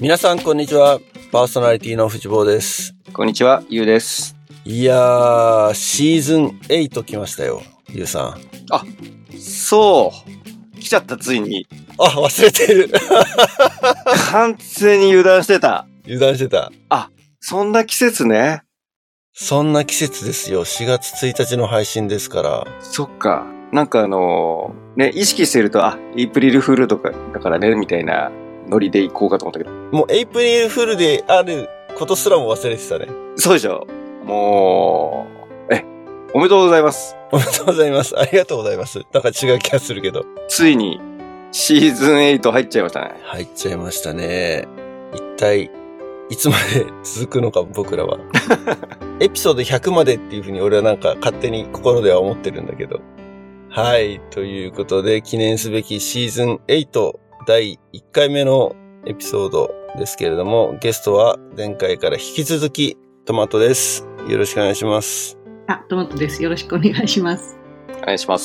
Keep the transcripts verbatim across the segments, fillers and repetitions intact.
皆さんこんにちは。パーソナリティの藤坊です。 こんにちは、ゆうです。 いやー、シーズンエイト来ましたよ、ゆうさん。 あ、そう来ちゃった、ついに。 あ、忘れてる完全に油断してた。 油断してた。 あ、そんな季節ね。 そんな季節ですよ。しがつついたちの配信ですから。 そっか。なんかあのー、ね、意識してると、あ、エイプリルフールとかだからね、みたいなノリで行こうかと思ったけど。 もうエイプリルフールであることすらも忘れてたね。 そうでしょ。もう、え、おめでとうございます。 おめでとうございます。ありがとうございます。なんか違う気がするけど。 ついにシーズンエイト入っちゃいましたね。 入っちゃいましたね。一体、いつまで続くのか僕らは。エピソードひゃくまでっていうふうに俺はなんか勝手に心では思ってるんだけど。はい。ということで記念すべきシーズンエイトだいいっかいめのエピソードですけれども、ゲストは前回から引き続きトマトです。よろしくお願いします。 あ、トマトです。よろしくお願いします。 お願いします。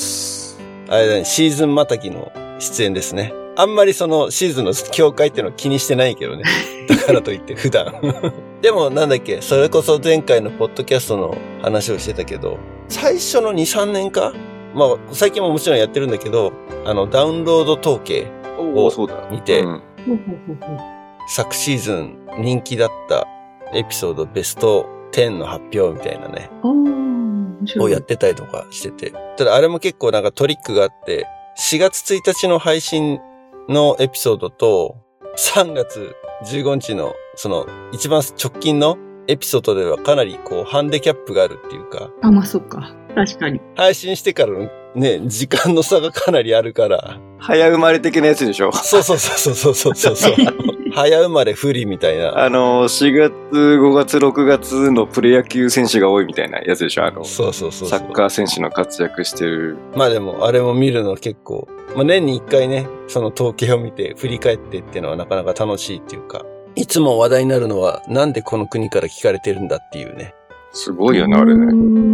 あれだね、シーズンまたぎの出演ですね。あんまりそのシーズンの境界っていうのは気にしてないけどね。だからといって普段。でもなんだっけ、それこそ前回のポッドキャストの話をしてたけど、最初のに、さんねんかまあ最近ももちろんやってるんだけど、あのダウンロード統計を見て、 うん、 昨シーズン人気だったエピソードベストじゅうの発表みたいなね。をやってたりとかしてて。ただあれも結構なんかトリックがあって、しがつついたちの配信のエピソードとさんがつじゅうごにちのその一番直近のエピソードではかなりこうハンデキャップがあるっていうか。 あ、まあそっか。確かに。 配信してからのね、時間の差がかなりあるから。 早生まれ的なやつでしょ。 そうそうそうそうそうそうそう。早生まれ不利みたいな。 あの、しがつ、ごがつ、ろくがつのプロ野球選手が多いみたいなやつでしょ。あの、 そうそうそうそう。 サッカー選手の活躍してる。 まあでも、あれも見るの結構、まあ年に一回ね、その統計を見て振り返ってっていうのはなかなか楽しいっていうか、いつも話題になるのはなんでこの国から聞かれてるんだっていうね。 すごいよね、あれね。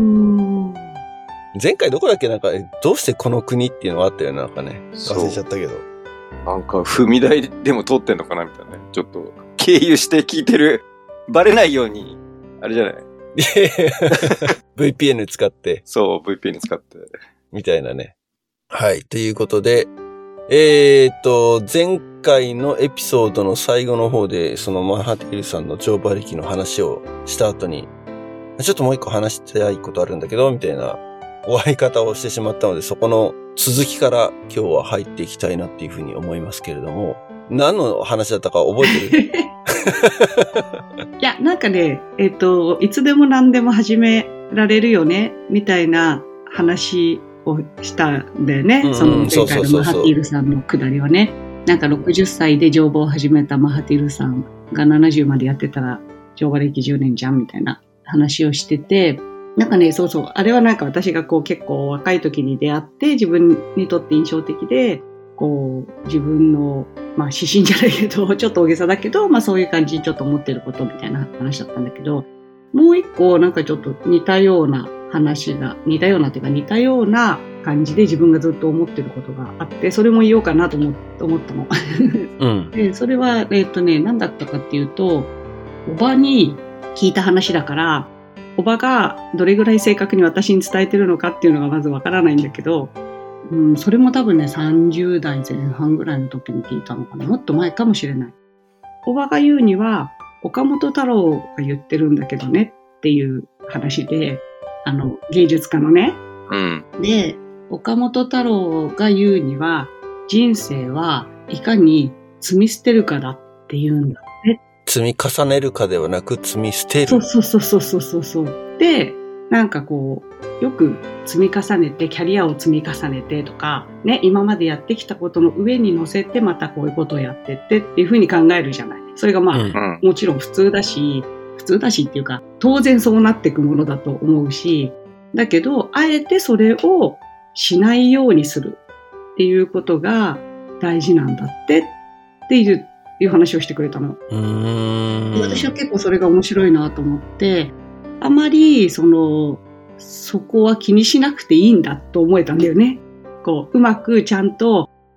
前回どこだっけなんか、どうしてこの国っていうのがあったよね、なんかね。忘れちゃったけど。 なんか、踏み台でも通ってんのかなみたいなね。ちょっと、経由して聞いてる。バレないように、あれじゃないブイピーエヌ 使って。 そう、ブイピーエヌ 使って。 みたいなね。はい。ということで、えーっと、前回のエピソードの最後の方で、そのマハティルさんの乗馬歴の話をした後に、ちょっともう一個話したいことあるんだけど、みたいな終わり方をしてしまったので、そこの続きから今日は入っていきたいなっていうふうに思いますけれども、何の話だったか覚えてる？ いや、なんかね、えっと、いつでも何でも始められるよね、みたいな話をしたんだよね。うん、その前回のマハティールさんのくだりはね。なんかろくじゅっさいで乗馬を始めたマハティールさんがななじゅうまでやってたら乗馬歴じゅうねんじゃんみたいな話をしてて、なんかね、そうそう、あれはなんか私がこう結構若い時に出会って自分にとって印象的で、こう自分の、まあ指針じゃないけど、ちょっと大げさだけど、まあそういう感じにちょっと思ってることみたいな話だったんだけど、もう一個なんかちょっと似たような話が、似たようなというか似たような感じで自分がずっと思ってることがあって、それも言おうかなと思ったの。うん、でそれは、えっとね、何だったかっていうと、おばに聞いた話だから、おばがどれぐらい正確に私に伝えてるのかっていうのがまずわからないんだけど、うん、それも多分ね、さんじゅうだいぜん半ぐらいの時に聞いたのかな。もっと前かもしれない。おばが言うには、岡本太郎が言ってるんだけどねっていう話で、あの、芸術家のね。 うん。 で、岡本太郎が言うには、人生はいかに積み捨てるかだって言うんだね。 積み重ねるかではなく積み捨てる。 そうそうそうそうそうそう。で、なんかこう、よく積み重ねて、キャリアを積み重ねてとか、ね、今までやってきたことの上に乗せてまたこういうことをやってってっていうふうに考えるじゃない。それがまあ、うん、もちろん普通だし、普通だしっていうか、当然そうなっていくものだと思うし、だけど、あえてそれをしないようにするっていうことが大事なんだってっていう、いう話をしてくれたの。 うーん、 私は結構それが面白いなと思って、あまりそのそこは気にしなくていいんだと思えたんだよね。こううまくちゃんと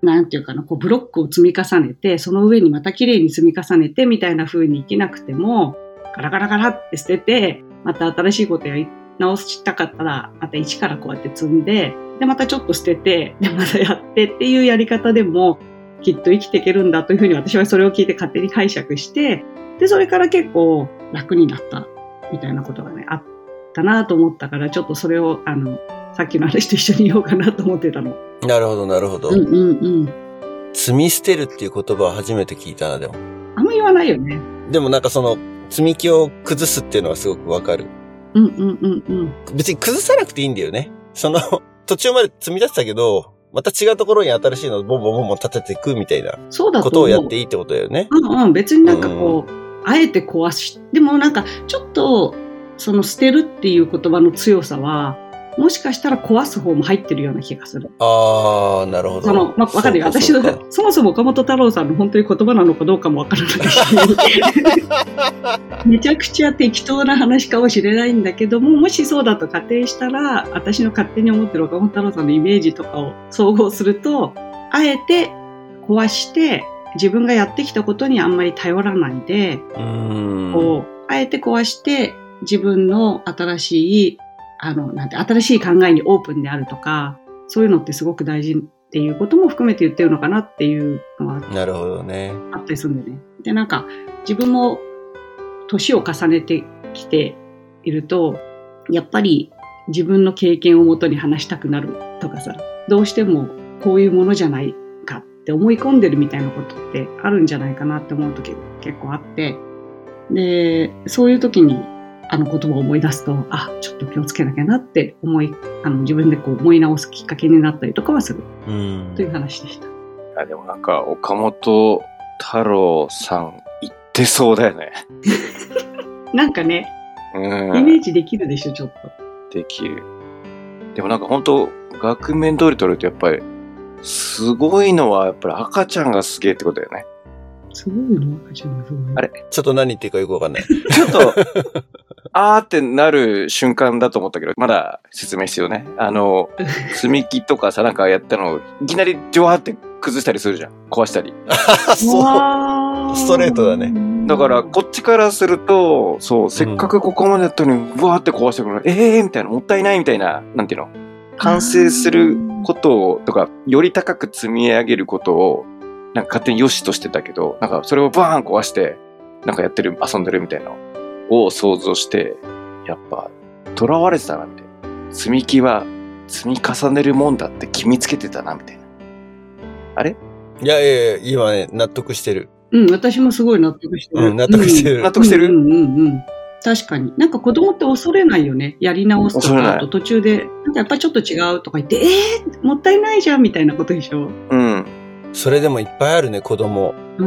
なんていうかな、こうブロックを積み重ねて、その上にまた綺麗に積み重ねてみたいな風に生きなくても、ガラガラガラって捨てて、また新しいことやり直したかったら、また一からこうやって積んで、で、またちょっと捨てて、で、またやってっていうやり方でも、きっと生きていけるんだというふうに私はそれを聞いて勝手に解釈して、で、それから結構楽になったみたいなことがね、あったなと思ったから、ちょっとそれを、あの、さっきの話と一緒に言おうかなと思ってたの。 なるほど、なるほど。 うんうんうん。 積み捨てるっていう言葉は初めて聞いたな、でも。 あんま言わないよね。 でもなんかその、積み木を崩すっていうのはすごくわかる。 うんうんうんうん。 別に崩さなくていいんだよね。その、途中まで積み出したけど、また違うところに新しいのをボンボンボンボン立てていくみたいなことをやっていいってことだよね。 うんうん。別になんかこう、うん、あえて壊し、でもなんかちょっと、その捨てるっていう言葉の強さは、もしかしたら壊す方も入ってるような気がする。 ああ、なるほど。 その、まあ、わかるよ。私は、そもそも岡本太郎さんの本当に言葉なのかどうかもわからないし、めちゃくちゃ適当な話かもしれないんだけども、もしそうだと仮定したら、私の勝手に思ってる岡本太郎さんのイメージとかを総合すると、あえて壊して、自分がやってきたことにあんまり頼らないで、 うーんこう、あえて壊して、自分の新しいあの、なんて、新しい考えにオープンであるとか、そういうのってすごく大事っていうことも含めて言ってるのかなっていうのは、 なるほどね。 あったりするんでね。で、なんか、自分も年を重ねてきていると、やっぱり自分の経験をもとに話したくなるとかさ、どうしてもこういうものじゃないかって思い込んでるみたいなことってあるんじゃないかなって思う時が結構あって、で、そういう時に、あの言葉を思い出すと、あ、ちょっと気をつけなきゃなって思い、あの自分でこう思い直すきっかけになったりとかはする。 うん。 という話でした。 あ、でもなんか、岡本太郎さん言ってそうだよね。 なんかね、 うん、 イメージできるでしょ、ちょっと。できる。でもなんか本当額面通り取るとやっぱり、すごいのはやっぱり赤ちゃんがすげえってことだよね。 すごいの赤ちゃんがすごい。 あれちょっと何言ってるかよくわかんない。 ちょっと、あーってなる瞬間だと思ったけど、まだ説明必要ね。あの、積み木とかさ、なんかやったのを、いきなりジョワーって崩したりするじゃん。壊したり。 そう。ストレートだね。 だから、こっちからすると、そう、せっかくここまでやったのに、ブワーって壊してくるの、ええーみたいな、もったいないみたいな、なんていうの完成することを、とか、より高く積み上げることを、なんか勝手に良しとしてたけど、なんかそれをバーン壊して、なんかやってる、遊んでるみたいなのを想像して、やっぱ、囚われてたな、みたいな。積み木は積み重ねるもんだって決めつけてたな、みたいな。あれいやいやいや、今ね、納得してる。 うん、私もすごい納得してる。 うん、納得してる。 納得してる、 うんうんうん。確かに。なんか子供って恐れないよね。やり直すとか、あと途中で、なんかやっぱりちょっと違うとか言って、えー、もったいないじゃんみたいなことでしょ。 うん。 それでもいっぱいあるね、子供。 うん。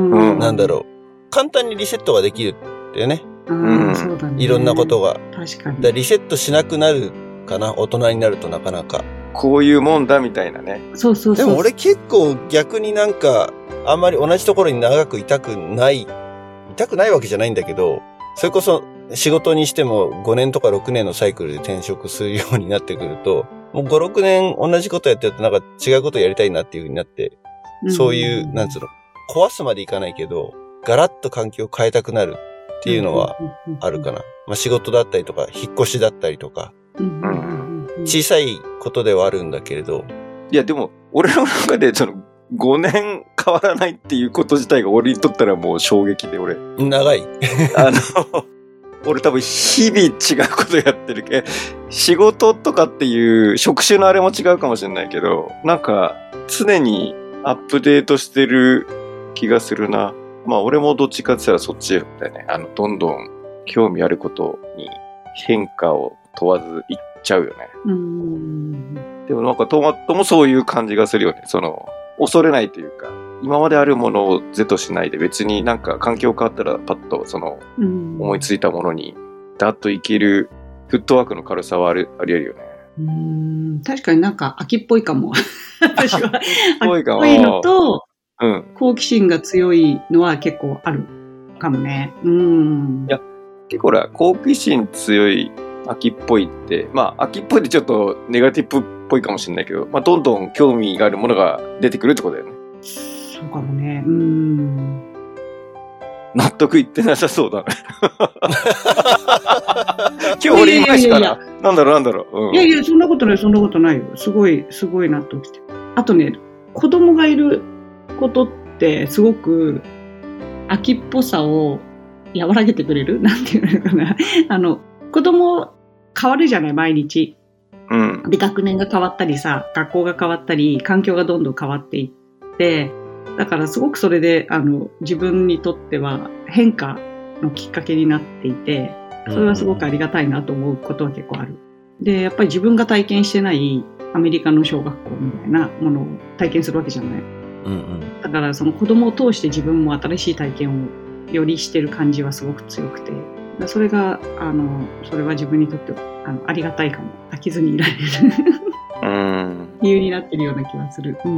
なんだろう。簡単にリセットができるってね。 うん、そうだね。 いろんなことが。 確かに。 だリセットしなくなるかな、大人になるとなかなか。 こういうもんだみたいなね。 そうそうそう。 でも俺結構逆になんか、あんまり同じところに長くいたくない、いたくないわけじゃないんだけど、それこそ仕事にしてもごねんとかろくねんのサイクルで転職するようになってくると、もうご、ろくねん同じことやってるとなんか違うことやりたいなっていう風になって、そういう、なんつうの、壊すまでいかないけど、ガラッと環境を変えたくなるっていうのはあるかな。まあ仕事だったりとか、引っ越しだったりとか、小さいことではあるんだけれど。 いやでも、俺の中でそのごねん変わらないっていうこと自体が俺にとったらもう衝撃で俺。 長い。 あの、俺多分日々違うことやってるけど、仕事とかっていう職種のあれも違うかもしれないけど、なんか常にアップデートしてる気がするな。まあ俺もどっちかって言ったらそっちだよね。あの、どんどん興味あることに変化を問わずいっちゃうよね。 うーん。 でもなんかトマトもそういう感じがするよね。その、恐れないというか、今まであるものを是としないで別になんか環境変わったらパッとその、思いついたものにダッといけるフットワークの軽さはある、あり得るよね。 うーん。確かになんか秋っぽいかも。私は。 秋っぽいかも。 秋っぽいのと、 うん。 好奇心が強いのは結構あるかもね。うん。 いや、結構ほら、好奇心強い秋っぽいって、まあ、秋っぽいってちょっとネガティブっぽいかもしれないけど、まあ、どんどん興味があるものが出てくるってことだよね。 そうかもね。うん。 納得いってなさそうだね。今日俺いまいしかな。なんだろうなんだろう、うん。 いやいや、そんなことない、そんなことないよ。すごい、すごい納得して。あとね、子供がいることってすごく秋っぽさを和らげてくれるなんていうのかな。あの、子供変わるじゃない、毎日。 うん。 で、学年が変わったりさ、学校が変わったり、環境がどんどん変わっていって、だからすごくそれで、あの、自分にとっては変化のきっかけになっていて、それはすごくありがたいなと思うことは結構ある。で、やっぱり自分が体験してないアメリカの小学校みたいなものを体験するわけじゃない。 うんうん、 だからその子供を通して自分も新しい体験をよりしてる感じはすごく強くて、それが、あの、それは自分にとってはあのありがたいかも。飽きずにいられるうん理由になってるような気がする。うん、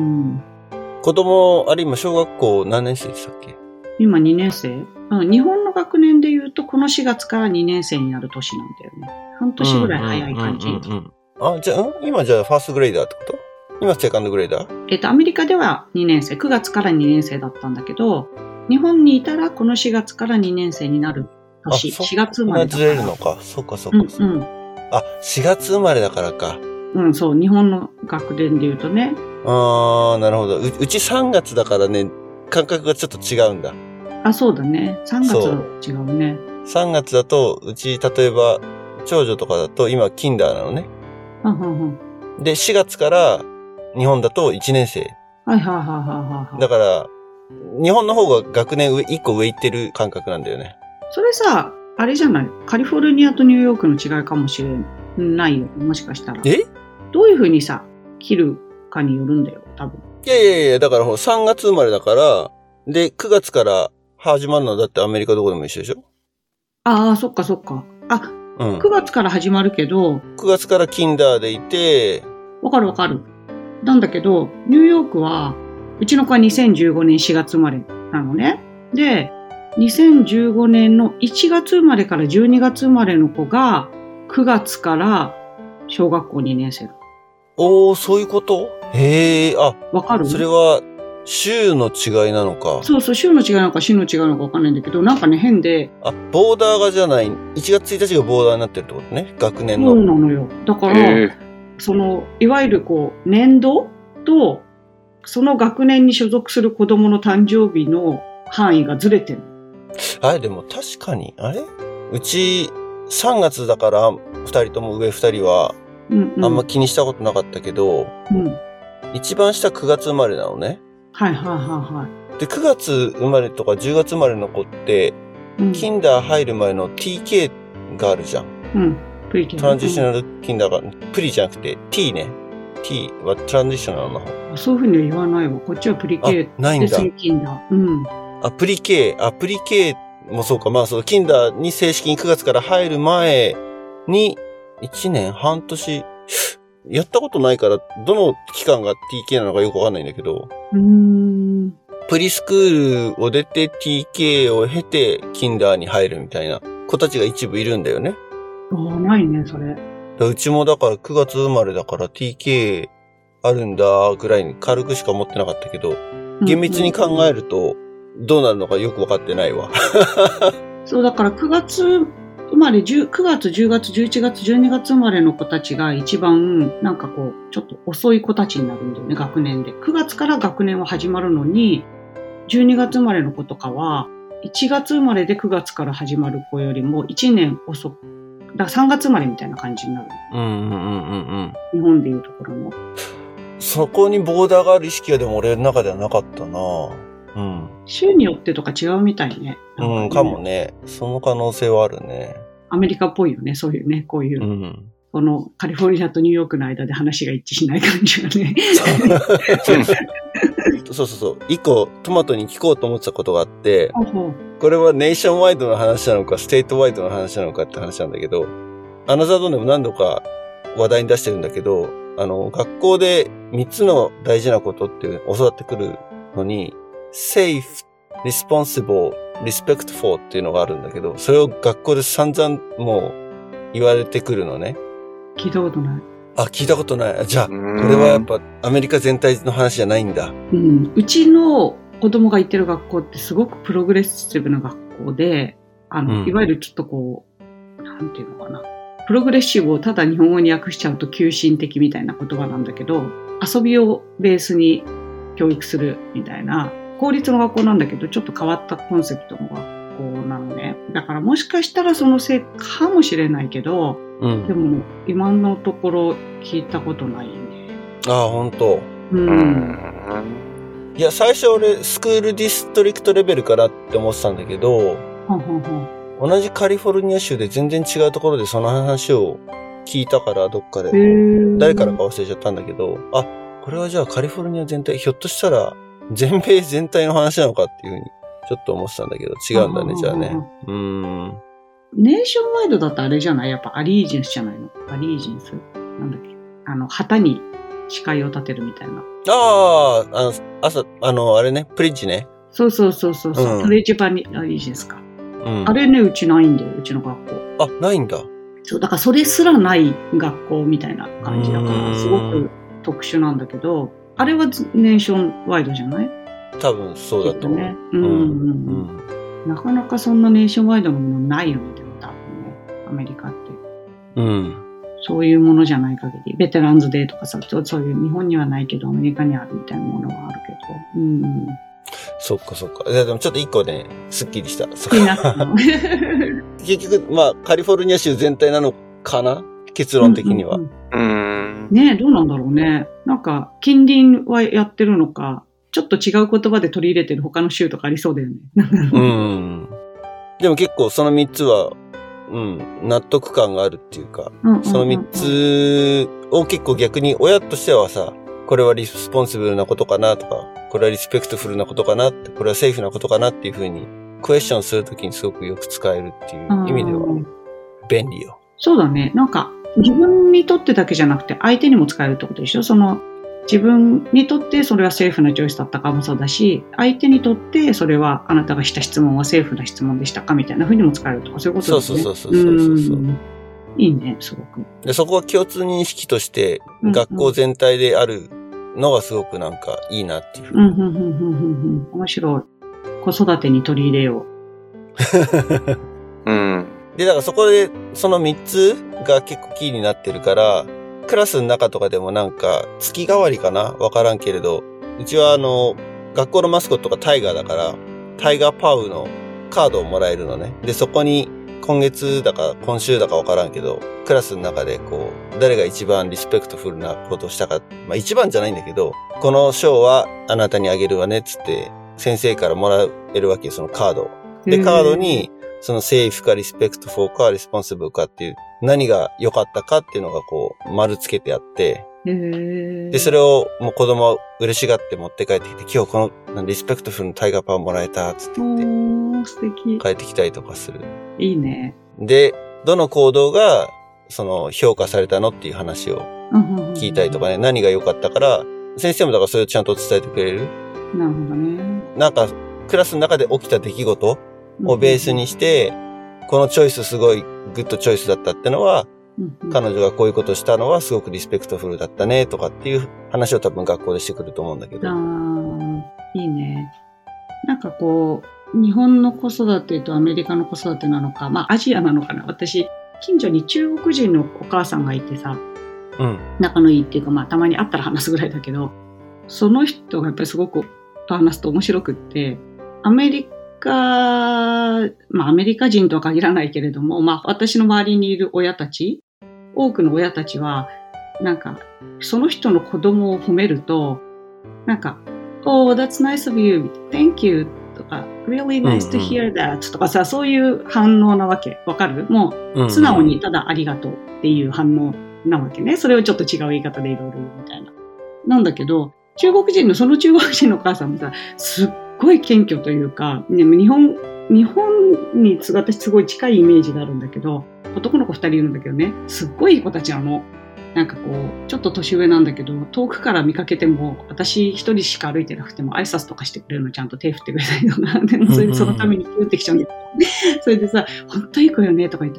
子供、あれ今小学校何年生でしたっけ？ 今にねん生、うん、日本の学年で言うとこのしがつからにねん生になる年なんだよね。半年ぐらい早い感じ。 あ、じゃあ、今じゃあファーストグレーダーってこと？今セカンドグレーダー？ えっと、アメリカではにねん生、くがつからにねん生だったんだけど、日本にいたらこのしがつからにねん生になる年、しがつ生まれだから。 ずれるのか。そっかそっか。うんうん、あ、しがつ生まれだからか。 うん、そう、日本の学年で言うとね。 あー、なるほど。う、うちさんがつだからね、感覚がちょっと違うんだ。 あ、そうだね。さんがつは違うね。 さんがつだと、うち、例えば、長女とかだと、今、キンダーなのね。 うんうんうん、で、 しがつから、日本だといちねん生。 はいはいはいはいはい。 だから、日本の方が学年上、いっこ上行ってる感覚なんだよね。 それさ、あれじゃない？カリフォルニアとニューヨークの違いかもしれないよ。もしかしたら。 え？ どういう風にさ、切るかによるんだよ、多分。 いやいやいや、だからさんがつ生まれだから、で、くがつから始まるのだってアメリカどこでも一緒でしょ？ ああ、そっかそっか。あ、うん、くがつから始まるけど。 くがつからキンダーでいて。 わかるわかる。なんだけど、ニューヨークは、うちの子はにせんじゅうごねんしがつ生まれなのね。で、にせんじゅうごねんのいちがつ生まれからじゅうにがつ生まれの子が、くがつから小学校にねん生だ。 おー、そういうこと？へー、あ、 わかる？ それは、週の違いなのか。 そうそう、週の違いなのか週の違いなのかわかんないんだけど、なんかね、変で。 あ、ボーダーがじゃない、いちがつついたちがボーダーになってるってことね、学年の。 そうなのよ。だから、その、いわゆるこう、年度と、その学年に所属する子供の誕生日の範囲がずれてる。 あれ、でも確かに、あれ？うち、さんがつだから、二人とも上二人は、うんうん、あんま気にしたことなかったけど、うん、一番下くがつ生まれなのね。 はいはいはいはい。 で、くがつ生まれとかじゅうがつ生まれの子って、うん、キンダー入る前の ティーケー があるじゃん。 うん。プリケトランジショナルキンダーが、プリじゃなくて T ね。T はトランジショナルの方。 そういうふうには言わないわ。こっちはプリケー。 ないんだ。 キンダー。うん。 あ、プリケー。あ、プリケーもそうか。まあ、そのキンダーに正式にくがつから入る前に、いちねん、半年、やったことないから、どの期間が ティーケー なのかよくわかんないんだけど。 うーん。 プリスクールを出て ティーケー を経て、キンダーに入るみたいな子たちが一部いるんだよね。 ああ、ないね、それ。 うちもだからくがつ生まれだから ティーケー あるんだぐらいに軽くしか思ってなかったけど、厳密に考えるとどうなるのかよくわかってないわ。 そう、だからくがつ生まれ、くがつ、じゅうがつ、じゅういちがつ、じゅうにがつ生まれの子たちが一番なんかこう、ちょっと遅い子たちになるんだよね、学年で。くがつから学年は始まるのに、じゅうにがつ生まれの子とかは、いちがつ生まれでくがつから始まる子よりもいちねん遅く、だからさんがつ生まれみたいな感じになる。 うんうんうんうんうん。 日本でいうところの。 そこにボーダーがある意識はでも俺の中ではなかったな。うん。 州によってとか違うみたいね。 うん、かもね。その可能性はあるね。 アメリカっぽいよね、そういうね、こういう。うん。このカリフォルニアとニューヨークの間で話が一致しない感じがね。 そうそうそう。一個トマトに聞こうと思ってたことがあって、これはネーションワイドの話なのか、ステートワイドの話なのかって話なんだけど、アナザードでも何度か話題に出してるんだけど、あの、学校でみっつの大事なことっていう教わってくるのに、safe, responsible, respectful っていうのがあるんだけど、それを学校で散々もう言われてくるのね。 聞いたことない。 あ、聞いたことない。じゃあ、これはやっぱアメリカ全体の話じゃないんだ。 うん。うちの子供が行ってる学校ってすごくプログレッシブな学校で、あの、うん、いわゆるちょっとこう、なんていうのかな。プログレッシブをただ日本語に訳しちゃうと急進的みたいな言葉なんだけど、遊びをベースに教育するみたいな、公立の学校なんだけど、ちょっと変わったコンセプトの学校なのね。だからもしかしたらそのせいかもしれないけど、うん、でも今のところ聞いたことないね。 ああ、本当。 うん。 いや、最初俺スクールディストリクトレベルかなって思ってたんだけど、 はんはんはん、 同じカリフォルニア州で全然違うところでその話を聞いたからどっかで、誰からか忘れちゃったんだけど、あ、これはじゃあカリフォルニア全体、ひょっとしたら全米全体の話なのかっていうふうにちょっと思ってたんだけど、違うんだね、じゃあね。うーん。 ネーションワイドだとあれじゃない？やっぱアリージェンスじゃないの？アリージェンスなんだっけ？あの、旗に誓いを立てるみたいな。 ああ、あの、朝、あの、あれね、プリッジね。 そうそうそうそう、うん、プリッジパニアリージェンスか。うん、あれね、うちないんだよ、うちの学校。 あ、ないんだ。 そう、だからそれすらない学校みたいな感じだから、すごく特殊なんだけど、あれはネーションワイドじゃない？ 多分そうだと思う。 ね、うんうんうん、なかなかそんなネーションワイドのものないよね、でも多分ね、アメリカって。 うん。 そういうものじゃない限り、ベテランズデーとかさ、そういう日本にはないけど、アメリカにあるみたいなものはあるけど。うん。 そっかそっか。でもちょっと一個ね、スッキリした。 好きになったの結局、まあ、カリフォルニア州全体なのかな？結論的には。うん、 うんうん。ねえ、どうなんだろうね。なんか、近隣はやってるのか、ちょっと違う言葉で取り入れてる他の州とかありそうだよね。 うん。でも結構その三つは、うん、納得感があるっていうか、うんうんうんうん、その三つを結構逆に親としてはさ、これはリスポンシブルなことかなとか、これはリスペクトフルなことかなって、これはセーフなことかなっていうふうにクエスチョンするときにすごくよく使えるっていう意味では便利よ。 そうだね。なんか自分にとってだけじゃなくて相手にも使えるってことでしょ？その自分にとってそれはセーフなチョイスだったかもそうだし、相手にとってそれはあなたがした質問はセーフな質問でしたかみたいな風にも使えるとかそういうことですね。 そうそうそうそうそうそう。ういいね、すごく。 で、そこは共通認識として学校全体であるのがすごくなんかいいなっていう。 うんうんうんうんうんうん。面白い。子育てに取り入れよう。うん。 で、だからそこでその三つが結構キーになってるから、クラスの中とかでもなんか月替わりかなわからんけれど、うちはあの、学校のマスコットがタイガーだから、タイガーパウのカードをもらえるのね。で、そこに今月だか今週だかわからんけど、クラスの中でこう、誰が一番リスペクトフルなことをしたか、まあ一番じゃないんだけど、この賞はあなたにあげるわねっつって、先生からもらえるわけよ、そのカードを。で、カードに、そのセーフかリスペクトフォーかリスポンシブルかっていう、何が良かったかっていうのがこう、丸つけてあって、で、それをもう子供は嬉しがって持って帰ってきて、今日このリスペクトフルのタイガーパワーもらえたっつって言って、 おー、素敵。 帰ってきたりとかする。 いいね。 で、どの行動が、その、評価されたのっていう話を聞いたりとかね、何が良かったから、先生もだからそれをちゃんと伝えてくれる。 なるほどね。 なんか、クラスの中で起きた出来事をベースにして、このチョイスすごいグッドチョイスだったってのは、うんうん、彼女がこういうことしたのはすごくリスペクトフルだったねとかっていう話を多分学校でしてくると思うんだけど。 ああ、いいね。なんかこう、日本の子育てとアメリカの子育てなのか、まあアジアなのかな。私、近所に中国人のお母さんがいてさ、 うん、 仲のいいっていうか、まあたまに会ったら話すぐらいだけど、その人がやっぱりすごくと話すと面白くって、アメリカ、まあアメリカ人とは限らないけれども、まあ私の周りにいる親たち、多くの親たちは、なんか、その人の子供を褒めると、なんか、Oh, that's nice of you. Thank you. とか、Really nice to hear that. とかさ、そういう反応なわけ。わかる？もう、素直にただありがとうっていう反応なわけね。それをちょっと違う言い方でいろいろ言うみたいな。なんだけど、中国人の、その中国人のお母さんもさ、すっごい謙虚というか、ね、日本、日本に私すごい近いイメージがあるんだけど、男の子二人いるんだけどね、すっごいいい子たちなの。なんかこう、ちょっと年上なんだけど、遠くから見かけても、私一人しか歩いてなくても挨拶とかしてくれるの、ちゃんと手振ってくれたりとか、でもそれそのためにキューってきちゃうんだけど、それでさ、ほんといい子よねとか言って、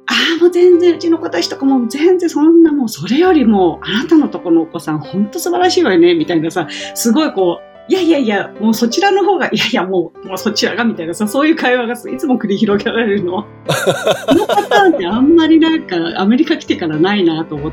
ああ、もう全然、うちの子たちとかも全然そんなもうそれよりも、あなたのとこのお子さんほんと素晴らしいわよね、みたいなさ、すごいこう、いやいやいや、もうそちらの方が、いやいや、もう、もうそちらが、みたいなさ、そういう会話がいつも繰り広げられるの。このパターンってあんまりなんか、アメリカ来てからないなと思って、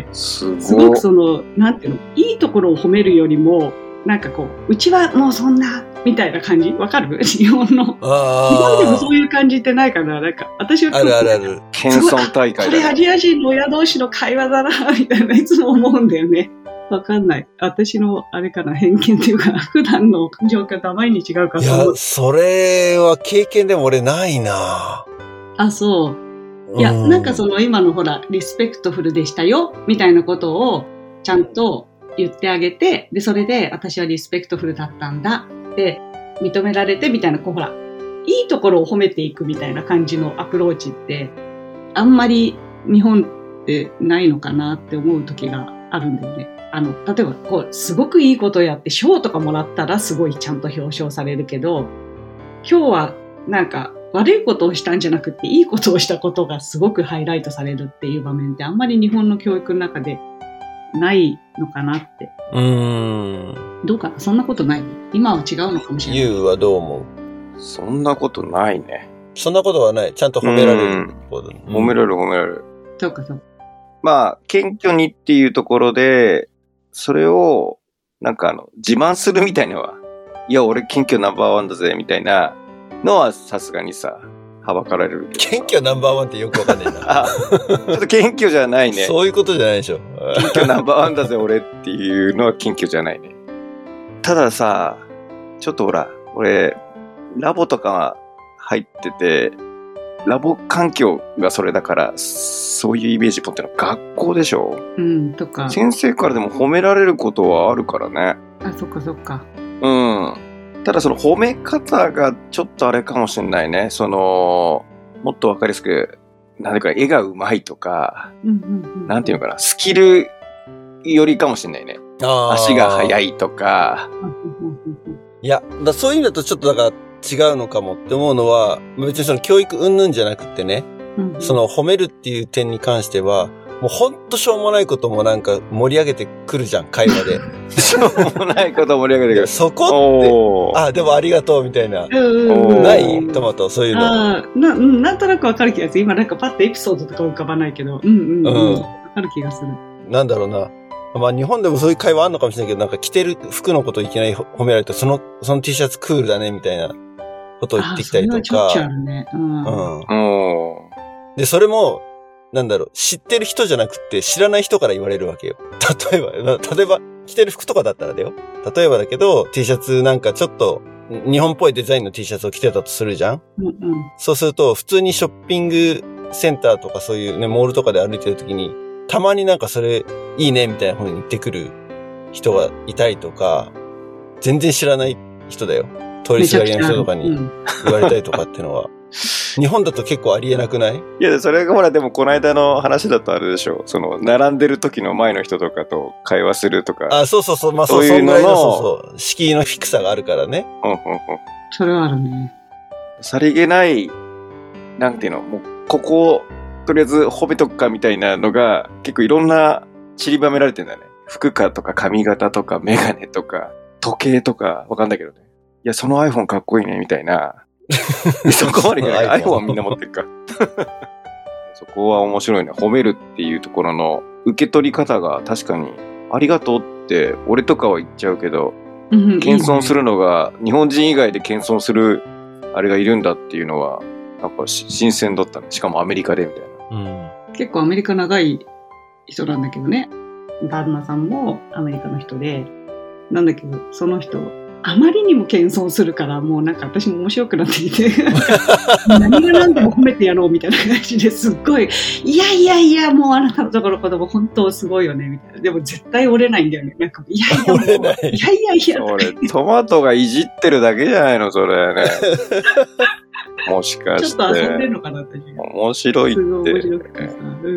すごい。 すごくその、なんていうの、いいところを褒めるよりも、なんかこう、うちはもうそんな、みたいな感じわかる日本の。日本でもそういう感じってないかななんか、私はあるあるある。 謙遜大会だ、ね。 これアジア人の親同士の会話だな、みたいな、いつも思うんだよね。わかんない。私の、あれかな、偏見っていうか、普段の状況と毎日違うから。 いや、それは経験でも俺ないな。 あ、そう。いや、なんかその今のほら、リスペクトフルでしたよ、みたいなことをちゃんと言ってあげて、で、それで私はリスペクトフルだったんだって認められてみたいな、こうほら、いいところを褒めていくみたいな感じのアプローチって、あんまり日本ってないのかなって思う時があるんだよね。あの、例えば、こう、すごくいいことをやって、賞とかもらったら、すごいちゃんと表彰されるけど、今日は、なんか、悪いことをしたんじゃなくて、いいことをしたことがすごくハイライトされるっていう場面って、あんまり日本の教育の中でないのかなって。 うーん。 どうかなそんなことない今は違うのかもしれない。 ユウはどう思う？ そんなことないね。 そんなことはない。ちゃんと褒められる。 うん、褒められる、褒められる。 そうか、そう。 まあ、謙虚にっていうところで、それを、なんかあの、自慢するみたいなのは、いや、俺謙虚ナンバーワンだぜ、みたいなのはさすがにさ、はばかられる。 謙虚ナンバーワンってよくわかんないな。 あ、ちょっと謙虚じゃないね。 そういうことじゃないでしょ。 謙虚ナンバーワンだぜ、俺っていうのは謙虚じゃないね。たださ、ちょっとほら、俺、ラボとか入ってて、ラボ環境がそれだから、そういうイメージ持ってるの学校でしょ？ うん、とか。 先生からでも褒められることはあるからね。 あ、そっかそっか。 うん。ただその褒め方がちょっとあれかもしれないね。その、もっとわかりやすく、なんていうか、絵がうまいとか、 うんうんうん、 なんていうのかな、スキルよりかもしれないね。足が速いとか。 いや、だそういう意味だとちょっとだから違うのかもって思うのは、別にその教育云々じゃなくてね、うんうん、その褒めるっていう点に関しては、もうほんとしょうもないこともなんか盛り上げてくるじゃん、会話で。 しょうもないこと盛り上げてくる。 そこって、あ、でもありがとうみたいな。ないトマト、そういうの。 あな、なんとなくわかる気がする。今なんかパッとエピソードとか浮かばないけど。うんうんうん。わ、うん、かる気がする。 なんだろうな。まあ日本でもそういう会話あるのかもしれないけど、なんか着てる服のことをいきなり褒められて、その、その T シャツクールだねみたいなことを言ってきたりとか。 それはちょっちゃあるね。うん。 うん。で、それも、なんだろう、知ってる人じゃなくて知らない人から言われるわけよ。例えば、例えば、着てる服とかだったらだよ。例えばだけど、T シャツなんかちょっと、日本っぽいデザインの T シャツを着てたとするじゃん、うんうん、そうすると、普通にショッピングセンターとかそういうね、モールとかで歩いてるときに、たまになんかそれいいねみたいな風に言ってくる人がいたりとか、全然知らない人だよ。通りすがりの人とかに言われたりとかっていうのは。日本だと結構ありえなくない？ いや、それがほら、でもこの間の話だとあれでしょ。その、並んでる時の前の人とかと会話するとか。 あ、そうそうそう。まあ、そういうのの、そうそう。敷居の低さがあるからね。 うんうんうん。 それはあるね。 さりげない、なんていうの、もう、ここを、とりあえず褒めとくかみたいなのが、結構いろんな散りばめられてるんだよね。服かとか髪型とかメガネとか、時計とか、わかんないけどね。いや、その iPhone かっこいいね、みたいな。そこまでいかない。iPhone はみんな持ってるか。そこは面白いね。褒めるっていうところの受け取り方が確かにありがとうって俺とかは言っちゃうけど、うん、謙遜するのが日本人以外で謙遜するあれがいるんだっていうのはなんか新鮮だったね。しかもアメリカでみたいな、 うん。結構アメリカ長い人なんだけどね。旦那さんもアメリカの人で、なんだけどその人あまりにも謙遜するから、もうなんか私も面白くなっていて、何が何でも褒めてやろうみたいな感じですっごい、いやいやいや、もうあなたのところ子供本当すごいよね、みたいな。でも絶対折れないんだよね。なんか、いやいや、 折れない。 いやいやいや。 それ、トマトがいじってるだけじゃないの、それね。もしかして。 ちょっと遊んでるのかなって。 面白いって。すごい面白くてさ。うん、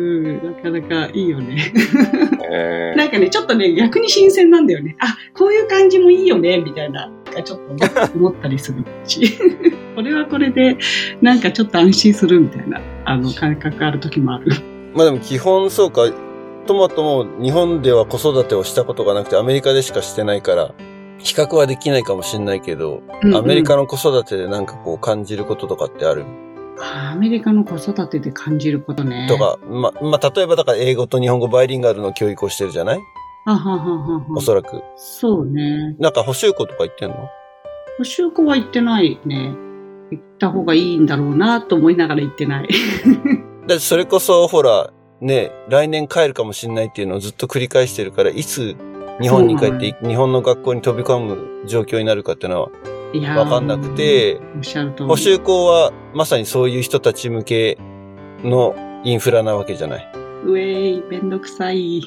なかなかいいよね。えー、なんかね、ちょっとね、逆に新鮮なんだよね。あ、こういう感じもいいよね、みたいな。 とかちょっと思ったりするし、これはこれでなんかちょっと安心するみたいなあの感覚ある時もある。 まあでも基本そうか、トマトも日本では子育てをしたことがなくてアメリカでしかしてないから比較はできないかもしれないけど、うんうん、アメリカの子育てでなんかこう感じることとかってある？ アメリカの子育てで感じることね。 とか、ま、まあ、例えばだから英語と日本語バイリンガルの教育をしてるじゃない？ あはははは。 おそらく。 そうね。 なんか補習校とか行ってんの？ 補習校は行ってないね。行った方がいいんだろうなと思いながら行ってない。 だってそれこそほら、ね、来年帰るかもしれないっていうのをずっと繰り返してるから、いつ日本に帰って、日本の学校に飛び込む状況になるかっていうのは、わかんなくて、補習校はまさにそういう人たち向けのインフラなわけじゃない。 うえーい、めんどくさい。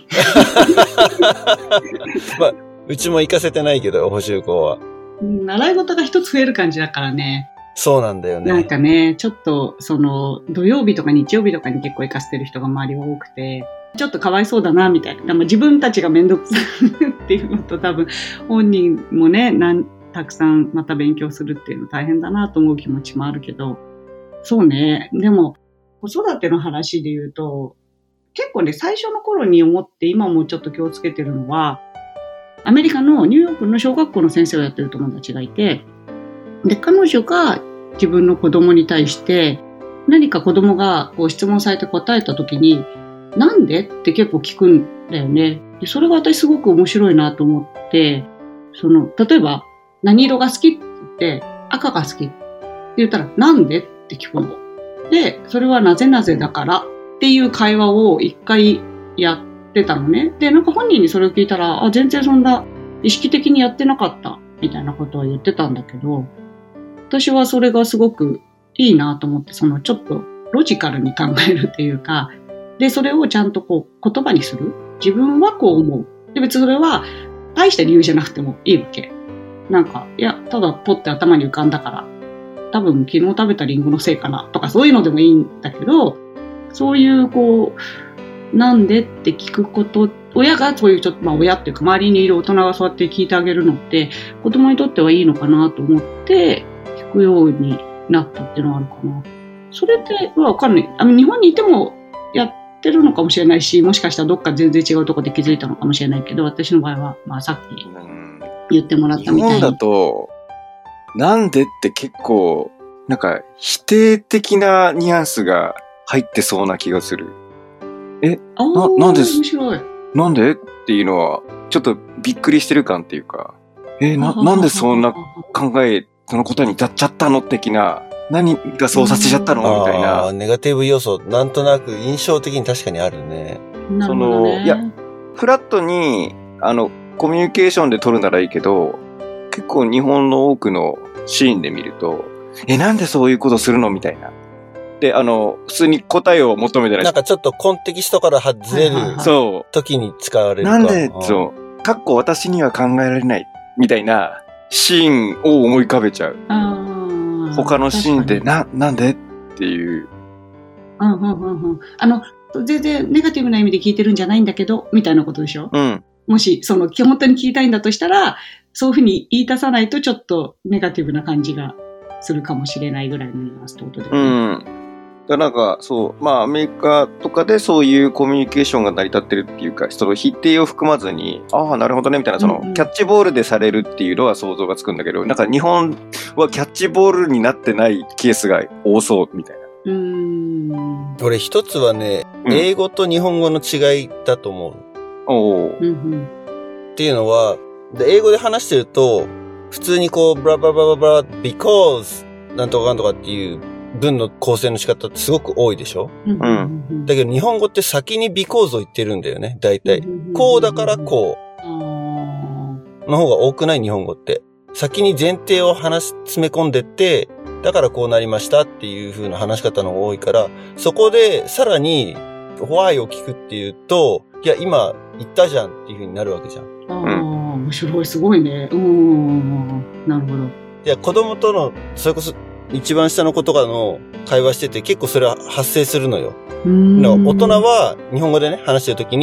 まあ、うちも行かせてないけど、補習校は。 習い事が一つ増える感じだからね。 そうなんだよね。 なんかね、ちょっと、その、土曜日とか日曜日とかに結構行かせてる人が周りは多くて、ちょっとかわいそうだな、みたいな。でも自分たちがめんどくさいっていうのと多分、本人もね、なんたくさんまた勉強するっていうの大変だなと思う気持ちもあるけど、そうね。でも、子育ての話で言うと、結構ね、最初の頃に思って今もちょっと気をつけてるのは、アメリカのニューヨークの小学校の先生をやってる友達がいて、で、彼女が自分の子供に対して何か子供がこう質問されて答えた時に、なんでって結構聞くんだよね。で、それが私すごく面白いなと思って、その、例えば、何色が好きって言って、赤が好きって言ったら、なんでって聞くの。で、それはなぜなぜだからっていう会話を一回やってたのね。で、なんか本人にそれを聞いたら、あ、全然そんな意識的にやってなかったみたいなことは言ってたんだけど、私はそれがすごくいいなと思って、そのちょっとロジカルに考えるっていうか、で、それをちゃんとこう言葉にする。自分はこう思う。で、別にそれは大した理由じゃなくてもいいわけ。なんか、いや、ただポッて頭に浮かんだから、多分昨日食べたリンゴのせいかなとかそういうのでもいいんだけど、そういうこう、なんでって聞くこと、親がそういうちょっと、まあ親っていうか周りにいる大人がそうやって聞いてあげるのって、子供にとってはいいのかなと思って聞くようになったっていうのはあるかな。それってわかんない。あの日本にいてもやってるのかもしれないし、もしかしたらどっか全然違うところで気づいたのかもしれないけど、私の場合は、まあさっき言ってもらったみたいに。 日本だと、なんでって結構、なんか否定的なニュアンスが入ってそうな気がする。え、な、なんです、 面白い。 なんでっていうのは、ちょっとびっくりしてる感っていうか、え、な、なんでそんな考え、その答えに至っちゃったの的な、何がそうさせちゃったのみたいな。 ネガティブ要素、なんとなく印象的に確かにあるね。 なるほどね。 その、いや、フラットに、あの、コミュニケーションで取るならいいけど、結構日本の多くのシーンで見ると、え、なんでそういうことするのみたいな。で、あの、普通に答えを求めてない。 なんかちょっとコンテキストから外れる時に使われるか。 なんで、そう、かっこ私には考えられない、みたいなシーンを思い浮かべちゃう。 あ他のシーンで、な、なんでっていう。 うんうんうんうん。あの、全然ネガティブな意味で聞いてるんじゃないんだけど、みたいなことでしょ？ うん。 もし、その、本当に聞きたいんだとしたら、そういうふうに言い出さないとちょっとネガティブな感じがするかもしれないぐらいのニュアンスってことで、ね。 うん。だなんか、そう、まあ、アメリカとかでそういうコミュニケーションが成り立ってるっていうか、その否定を含まずに、ああ、なるほどね、みたいな、その、うんうん、キャッチボールでされるっていうのは想像がつくんだけど、なんか日本はキャッチボールになってないケースが多そう、みたいな。 うーん。 俺一つはね、うん、英語と日本語の違いだと思う。 おー。 うんうん、 っていうのは、で英語で話してると、普通にこう、ブラブラブラブラ、because、なんとかなんとかっていう文の構成の仕方ってすごく多いでしょ？ うん。 だけど日本語って先に because を言ってるんだよね、大体。こうだからこう。の方が多くない日本語って。先に前提を話し、詰め込んでって、だからこうなりましたっていう風な話し方の方が多いから、そこでさらに why を聞くっていうと、いや、今言ったじゃんっていう風になるわけじゃん。 ああ、面白い、すごいね。うん、なるほど。 いや、子供との、それこそ一番下の子とかの会話してて結構それは発生するのよ。 うん。 大人は日本語でね、話してるときに、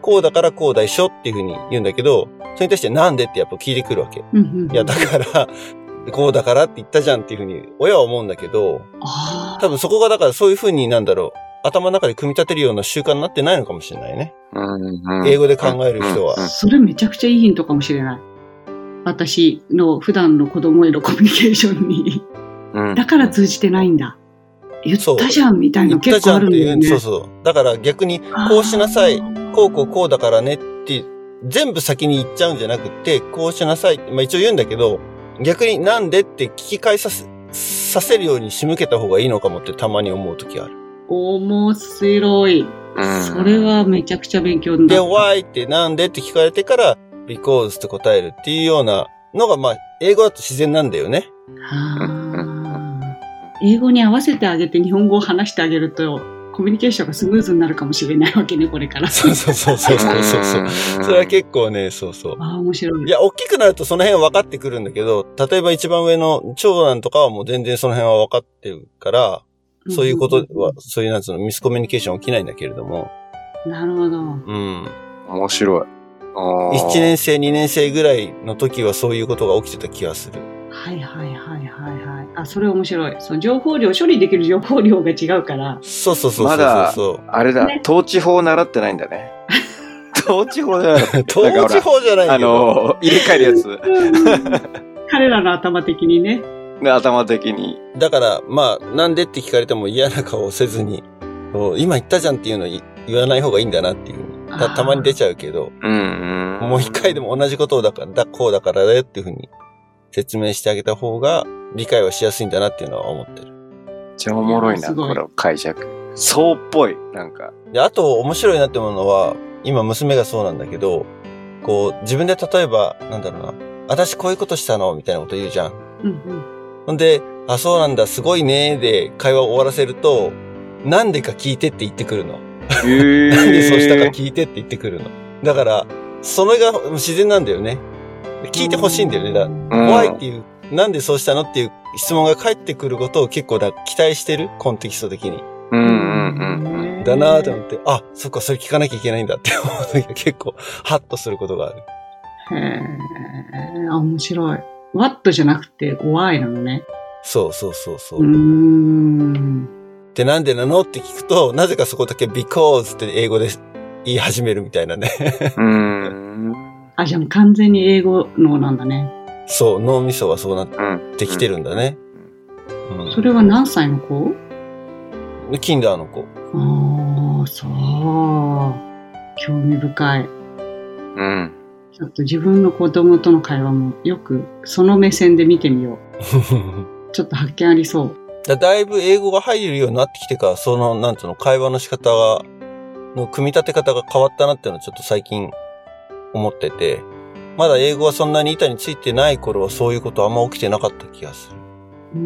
こうだからこうだでしょっていうふうに言うんだけど、それに対してなんでってやっぱ聞いてくるわけ。 うんうん、 いや、だから、こうだからって言ったじゃんっていうふうに親は思うんだけど、多分そこがだからそういうふうになんだろう、頭の中で組み立てるような習慣になってないのかもしれないね。 うんうん、 英語で考える人は、 うんうん。それめちゃくちゃいいヒントかもしれない。私の普段の子供へのコミュニケーションに。うん、だから通じてないんだ。言ったじゃんみたいな結構あるんだよね。 そうそう。だから逆にこうしなさい、こうこうこうだからねって全部先に言っちゃうんじゃなくて、こうしなさいって、まあ一応言うんだけど、逆になんでって聞き返させ、させるように仕向けた方がいいのかもってたまに思うときある。 面白い。それはめちゃくちゃ勉強になった。 で、why ってなんでって聞かれてから、because って答えるっていうようなのが、まあ、英語だと自然なんだよね。 はあ。英語に合わせてあげて日本語を話してあげると、コミュニケーションがスムーズになるかもしれないわけね、これから。 そうそうそうそうそうそう。それは結構ね、そうそう。 ああ、面白い。 いや、大きくなるとその辺は分かってくるんだけど、例えば一番上の長男とかはもう全然その辺は分かってるから、そういうことは、そういうなんつうの、ミスコミュニケーション起きないんだけれども。 なるほど。うん。 面白い。 いちねん生、にねん生ぐらいの時はそういうことが起きてた気がする。 はいはいはいはいはい。あ、それ面白い。その情報量、処理できる情報量が違うから。 そうそうそうそうそう。 まだ、あれだ、ね、統治法習ってないんだね。統治法じゃない。 統治法じゃないけど。あの、入れ替えるやつ。 彼らの頭的にね。 ね、頭的に。 だから、まあ、なんでって聞かれても嫌な顔をせずに、今言ったじゃんっていうのを言わない方がいいんだなっていう。た, たまに出ちゃうけど、 うんうん、 もう一回でも同じことをだから、だ、こうだからだよっていうふうに説明してあげた方が理解はしやすいんだなっていうのは思ってる。 めっちゃおもろいな、これ解釈。そうっぽい、なんか。 で、あと面白いなって思うのは、今娘がそうなんだけど、こう、自分で例えば、なんだろうな、私こういうことしたのみたいなこと言うじゃん。 うんうん、 ほんで、あ、そうなんだ、すごいね、で会話を終わらせると、なんでか聞いてって言ってくるの。 へーなんでそうしたか聞いてって言ってくるの。だから、それが自然なんだよね。聞いてほしいんだよね。だ怖いっていう、なんでそうしたのっていう質問が返ってくることを結構だ期待してる、コンテキスト的に。 うんうんうん。 だなぁと思って、あ、そっか、それ聞かなきゃいけないんだって思う時は結構、ハッとすることがある。 へー、あ、面白い。what じゃなくて why なのね。 そうそうそうそう。 うーん。 で、なんでなのって聞くと、なぜかそこだけ because って英語で言い始めるみたいなね。 うーん。 あ、じゃあもう完全に英語脳なんだね。 そう、脳みそはそうなってきてるんだね。 うんうん、それは何歳の子？ キンダーの子。 ああ、そう。興味深い。 うん。 ちょっと自分の子供との会話もよくその目線で見てみよう。ちょっと発見ありそう。 だ, だいぶ英語が入るようになってきてから、その、なんつうの、会話の仕方が、の組み立て方が変わったなっていうのはちょっと最近思ってて、まだ英語はそんなに板についてない頃はそういうことあんま起きてなかった気がする。 うー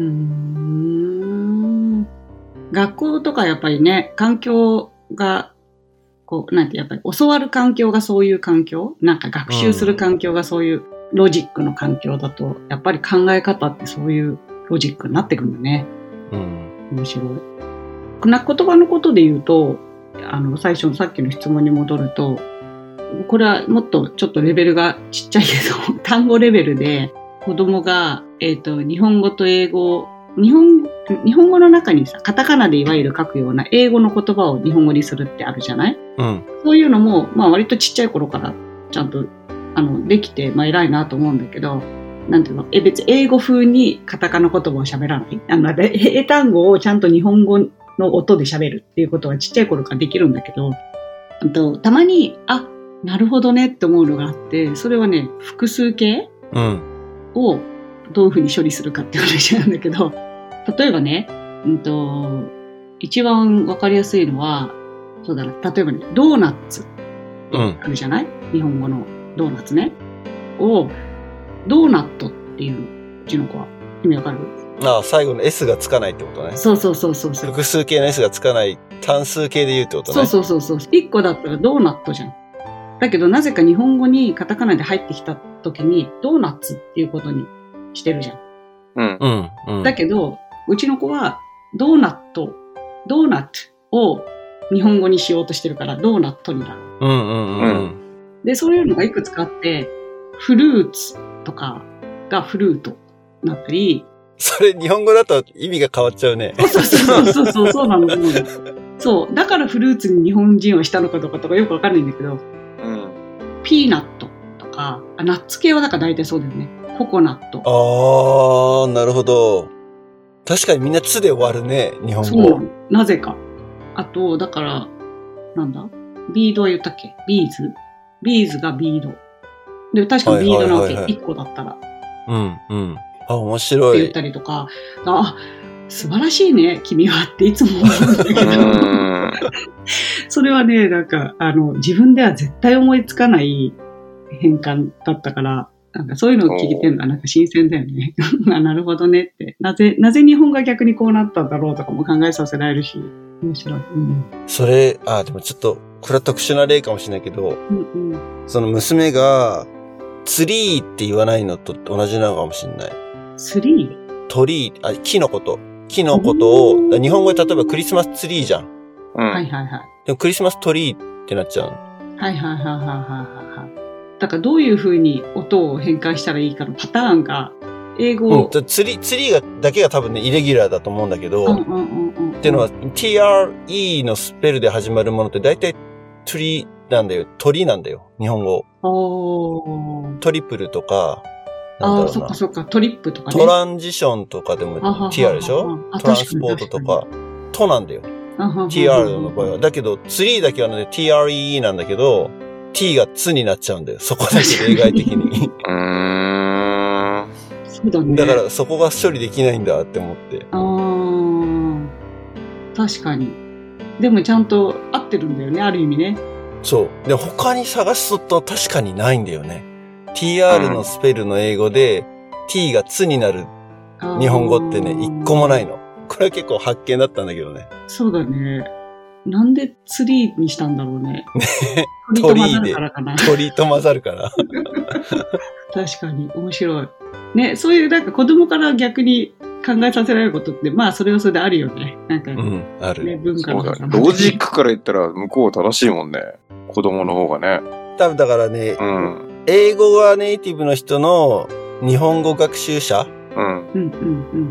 ん。学校とかやっぱりね、環境が、こう、なんてやっぱり教わる環境がそういう環境、なんか学習する環境がそういうロジックの環境だと、やっぱり考え方ってそういうロジックになってくるんだね。 うん、 面白い。な言葉のことで言うと、あの最初のさっきの質問に戻ると、これはもっとちょっとレベルがちっちゃいけど単語レベルで子供がえっと日本語と英語、日本日本語の中にさカタカナでいわゆる書くような英語の言葉を日本語にするってあるじゃない？ うん、 そういうのもまあ割とちっちゃい頃からちゃんとあのできてまあ偉いなと思うんだけど。なんていうの、え別に英語風にカタカナ言葉を喋らない。あの英単語をちゃんと日本語の音で喋るっていうことはちっちゃい頃からできるんだけど、あとたまにあなるほどねって思うのがあって、それはね複数形をどういうふうに処理するかっていう話なんだけど、例えばね、うんと一番わかりやすいのはそうだな、例えばねドーナツあるじゃない？うん、日本語のドーナツねをドーナットっていううちの子は意味わかる？ ああ、最後の S がつかないってことね。 そうそうそうそう。 複数形の S がつかない単数形で言うってことね。 そうそうそうそう。一個だったらドーナットじゃん。だけどなぜか日本語にカタカナで入ってきた時にドーナツっていうことにしてるじゃん。 うんうん、うん。 だけどうちの子はドーナット、ドーナットを日本語にしようとしてるからドーナットになる。 うんうんうん。うん、 で、そういうのがいくつかあって、フルーツとかがフルートになったり。 それ日本語だと意味が変わっちゃうね。 そうそうそうそうそう、そうなの。そう。だからフルーツに日本人はしたのかどうかとかよくわかんないんだけど、うん、ピーナットとか、あ、ナッツ系はだから大体そうだよね。ココナット。 あー、なるほど。確かにみんなつで終わるね、日本語。そう。 なぜか。あと、だから、なんだビードは言ったっけビーズビーズがビード。で、確かにビードなわけ。いっこだったら。 うんうん。あ、面白い。 って言ったりとか、あ、素晴らしいね、君はっていつも思うんだけど。それはね、なんか、あの、自分では絶対思いつかない変換だったから、なんかそういうのを聞いてるのはなんか新鮮だよね。なるほどねって。なぜ、なぜ日本が逆にこうなったんだろうとかも考えさせられるし、面白い。うん、 それ、あ、でもちょっと、これは特殊な例かもしれないけど、うんうん、その娘が、ツリーって言わないのと同じなのかもしれない。 ツリー？ 鳥、あ、木のこと。木のことを、日本語で例えばクリスマスツリーじゃん。 うん。はいはいはい。 でもクリスマストリーってなっちゃうの。 はいはいはいはいはいはい。だからどういう風に音を変換したらいいかのパターンが、英語を、 うん、ツリー、ツリーがだけが多分ね、イレギュラーだと思うんだけど、うんうんうんうん、っていうのは ティーアールイー のスペルで始まるものって大体トリなんだよ。鳥なんだよ。日本語。おー。トリプルとか、 なんだろうな。ああ、そっかそっか。トリップとかね。 トランジションとかでも ティーアール でしょ？トランスポートとか、トなんだよ。ティーアール の場合は。だけど、ツリーだけはね、ティーアールイー なんだけど、t がつになっちゃうんだよ。そこだけ例外的に。うーん。そうだね。 だからそこが処理できないんだって思って。 ああ。確かに。でもちゃんと合ってるんだよね、ある意味ね。 そう。で、他に探すと確かにないんだよね。ティーアール のスペルの英語で、t がつになる日本語ってね、一個もないの。これは結構発見だったんだけどね。 そうだね。なんでツリーにしたんだろうね。 ね鳥で。鳥と混ざるから。 確かに、面白い。ね、そういうなんか子供から逆に考えさせられることって、まあそれはそれであるよね。なんか、ね、うん、ある。 文化のそうだね。ロジックから言ったら向こう正しいもんね。子供の方がね。 多分だからね、うん、英語がネイティブの人の日本語学習者うん。うんうんうん。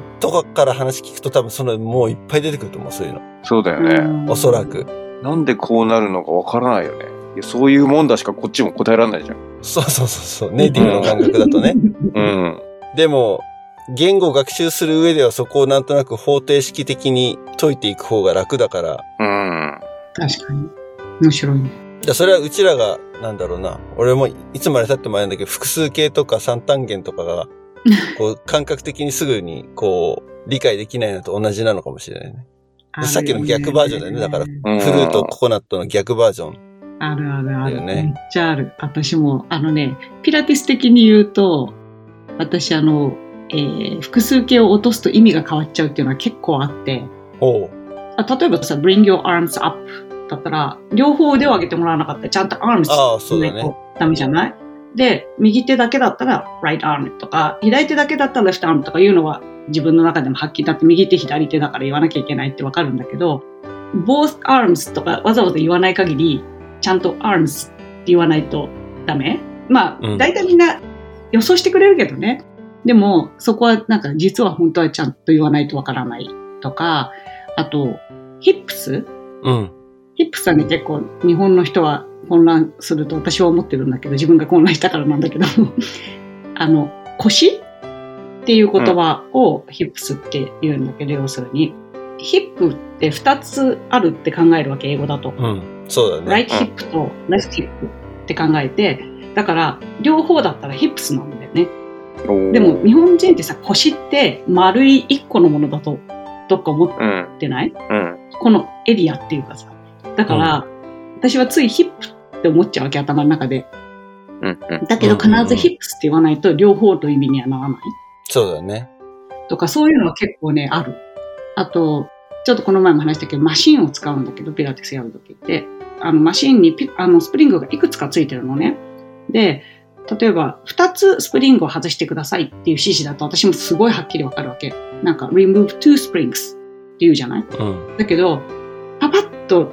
とかから話聞くと多分そのもういっぱい出てくると思う、そういうの。 そうだよね。 おそらく。 なんでこうなるのかわからないよね。いやそういうもんだしかこっちも答えられないじゃん。 そうそうそうそう。ネイティブの感覚だとね。うん。でも、言語を学習する上ではそこをなんとなく方程式的に解いていく方が楽だから。うん。 確かに。面白いね。 じゃそれはうちらが、なんだろうな。俺もいつまで経ってもあれなんだけど、複数形とか三単元とかが、こう感覚的にすぐにこう理解できないのと同じなのかもしれないね。さっきの逆バージョンだよね。だからフルートココナットの逆バージョン、ね。 あるあるある。めっちゃある。私もあのね、ピラティス的に言うと、私あの、えー、複数形を落とすと意味が変わっちゃうっていうのは結構あって。おうあ例えばさ、bring your arms up だったら両方腕を上げてもらわなかったらちゃんと arms ああそうだね。 ダメじゃない？で、右手だけだったら right arm とか、左手だけだったら left arm とかいうのは自分の中でもはっきりだって右手左手だから言わなきゃいけないってわかるんだけど、both arms とかわざわざ言わない限り、ちゃんと arms って言わないとダメ？まあ、うん、大体みんな予想してくれるけどね。でも、そこはなんか実は本当はちゃんと言わないとわからないとか、あと、hips？うん。hips はね、結構日本の人は混乱すると私は思ってるんだけど、自分が混乱したからなんだけどあの腰っていう言葉をヒップスって言うんだけど、要するにヒップってふたつあるって考えるわけ、英語だと、うん、そうだね。ライトヒップとレフトヒップって考えて、だから両方だったらヒップスなんだよね。でも日本人ってさ、腰って丸い一個のものだとどっか思ってない、うんうん、このエリアっていうかさ、だから、うん私はついヒップって思っちゃうわけ、頭の中で。うんうん、だけど必ずヒップスって言わないと両方という意味にはならない。 そうだね。 とかそういうのは結構ね、ある。あと、ちょっとこの前も話したけど、マシンを使うんだけど、ピラティスやるときって、あのマシンにピあのスプリングがいくつかついてるのね。で、例えばふたつスプリングを外してくださいっていう指示だと私もすごいはっきりわかるわけ。なんか remove two springs って言うじゃない、うん、だけど、パパッと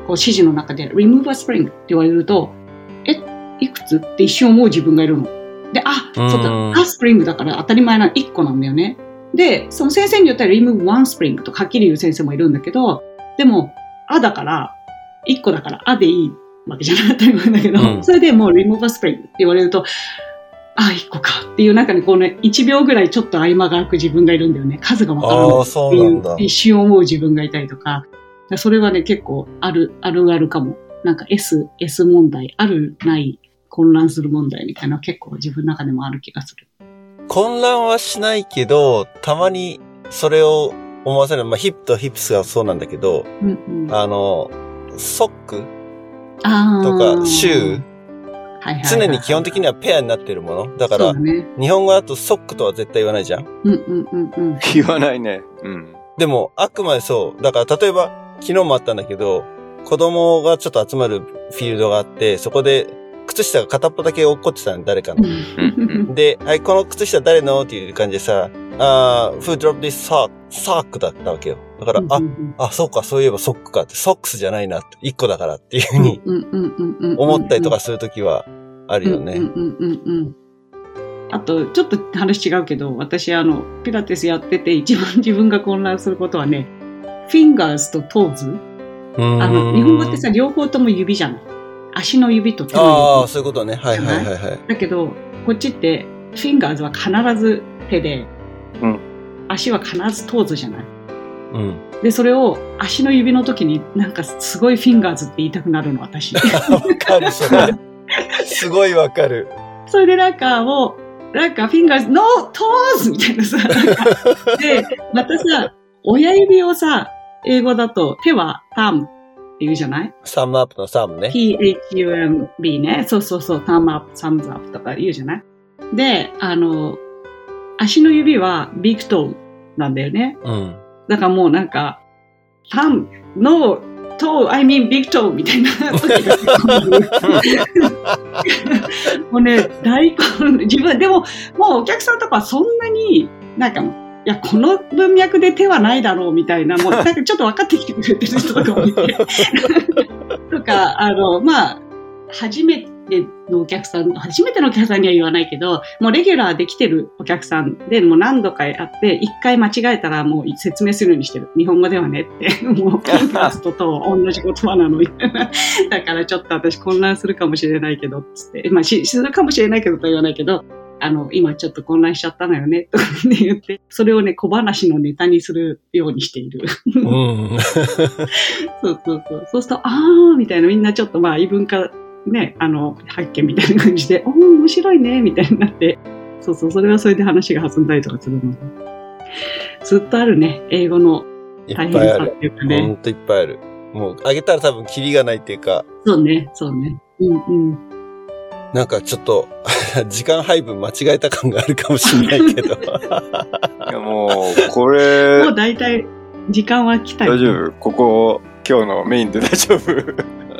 こう指示の中で remove a spring って言われると、え、いくつって一瞬思う自分がいるの。で、あ、そうだ、a spring だから当たり前ないっこなんだよね。で、その先生によっては remove one spring とはっきり言う先生もいるんだけど、でも、あだから、いっこだから、あでいいわけじゃなかったり前だけど、うん、それでもう remove a spring って言われると、あ、いっこかっていう中にこうね、いちびょうぐらいちょっと合間が空く自分がいるんだよね。数がわからないっていう一瞬思う自分がいたりとか、それはね、結構ある、あるあるかも。なんか S、S 問題、ある、ない、混乱する問題みたいなのは結構自分の中でもある気がする。 混乱はしないけど、たまにそれを思わせる。まあ、ヒップとヒップスがそうなんだけど、うんうん、あの、ソックとかシュー、はいはいはい、常に基本的にはペアになってるもの。だから、ね、日本語だとソックとは絶対言わないじゃん。 うんうんうんうん、 言わないね。うん。 でも、あくまでそう。だから、例えば、昨日もあったんだけど、子供がちょっと集まるフィールドがあって、そこで、靴下が片っぽだけ落っこってたの、誰かの。で、はい、この靴下誰のっていう感じでさ、あー、who dropped this sock? ソックだったわけよ。だから、あ、あ、そうか、そういえばソックかって、ソックスじゃないなって、一個だからっていうふうに思ったりとかするときはあるよね。 あと、ちょっと話違うけど、私、あの、ピラティスやってて一番自分が混乱することはね、fingers と toes。あの、日本語ってさ、両方とも指じゃない。足の指と手の指。 ああ、そういうことね。はいはいはいはい。 だけど、こっちって、fingers は必ず手で、うん、足は必ず toes じゃない。うん。で、それを足の指の時になんかすごい fingers って言いたくなるの、私。 わかる、それ。すごいわかる。 それでなんかもう、なんか fingers, no toes みたいなさ。で、またさ、親指をさ、英語だと手は thumb。って言うじゃない？ サムアップのサムね。 ピーエイチユーエムビー ね。そうそうそう。サムアップ、サムズアップとか言うじゃない？で、あの、足の指はビッグトーなんだよね。うん。だからもうなんか、サム、ノー、トー、I mean big toe みたいな。もうね、大根、自分、でも、もうお客さんとかはそんなに、なんか、いや、この文脈で手はないだろうみたいな、もう、なんかちょっと分かってきてくれてる人とかもいて。とか、あの、まあ、初めてのお客さん、初めてのお客さんには言わないけど、もうレギュラーできてるお客さんで、もう何度かやって、一回間違えたらもう説明するようにしてる。日本語ではねって。もう、ピンカーストと同じ言葉なのみたいな。だからちょっと私混乱するかもしれないけど、つって。まあ、し、するかもしれないけどとは言わないけど、あの、今ちょっと混乱しちゃったのよね、とか言って、それをね、小話のネタにするようにしている。うん、そうそうそう。そうすると、あー、みたいな、みんなちょっとまあ、異文化、ね、あの、発見みたいな感じで、おー、面白いね、みたいになって、そうそう、それはそれで話が弾んだりとかするので。ずっとあるね、英語の大変さっていうかね。 ほんといっぱいある。もう、あげたら多分キリがないっていうか。 そうね、そうね。うんうん。 なんかちょっと、時間配分間違えた感があるかもしれないけど。いやもう、これ。 もう大体、時間は来たよ。 大丈夫？ここ、今日のメインで大丈夫？い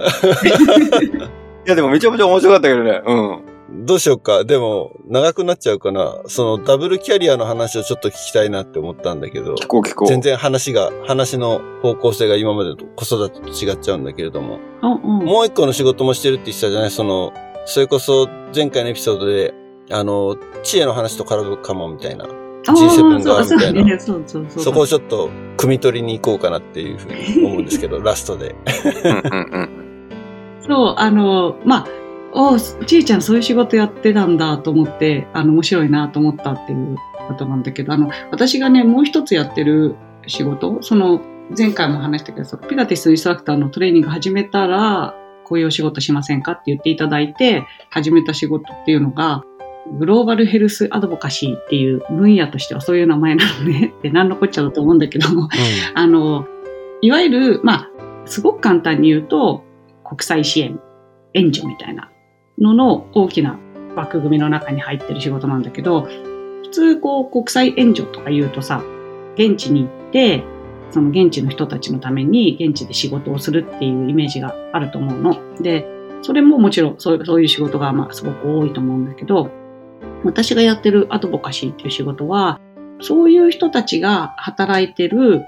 やでもめちゃめちゃ面白かったけどね。うん。 どうしようか。でも、長くなっちゃうかな。そのダブルキャリアの話をちょっと聞きたいなって思ったんだけど。 聞こう聞こう。 全然話が、話の方向性が今までと子育てと違っちゃうんだけれども。うんうん、もう一個の仕事もしてるって言ってたじゃない？その、それこそ前回のエピソードで、あの、知恵の話と絡むかもみたいな。ジーセブン 側みたいな。そうそうそうそう。そこをちょっと、汲み取りに行こうかなっていうふうに思うんですけど、ラストで。 そう、あの、まあ、おちえちゃんそういう仕事やってたんだと思って、あの、面白いなと思ったっていうことなんだけど、あの、私がね、もう一つやってる仕事、その、前回も話したけど、ピラティスのインストラクターのトレーニング始めたら、こういうお仕事しませんかって言っていただいて、始めた仕事っていうのが、グローバルヘルスアドボカシーっていう分野としてはそういう名前なのねって何のこっちゃだと思うんだけども、うん、あの、いわゆる、まあ、すごく簡単に言うと、国際支援、援助みたいなのの大きな枠組みの中に入ってる仕事なんだけど、普通こう国際援助とか言うとさ、現地に行って、その現地の人たちのために現地で仕事をするっていうイメージがあると思うの。で、それももちろんそういう、そういう仕事がまあすごく多いと思うんだけど、私がやってるアドボカシーっていう仕事は、そういう人たちが働いてる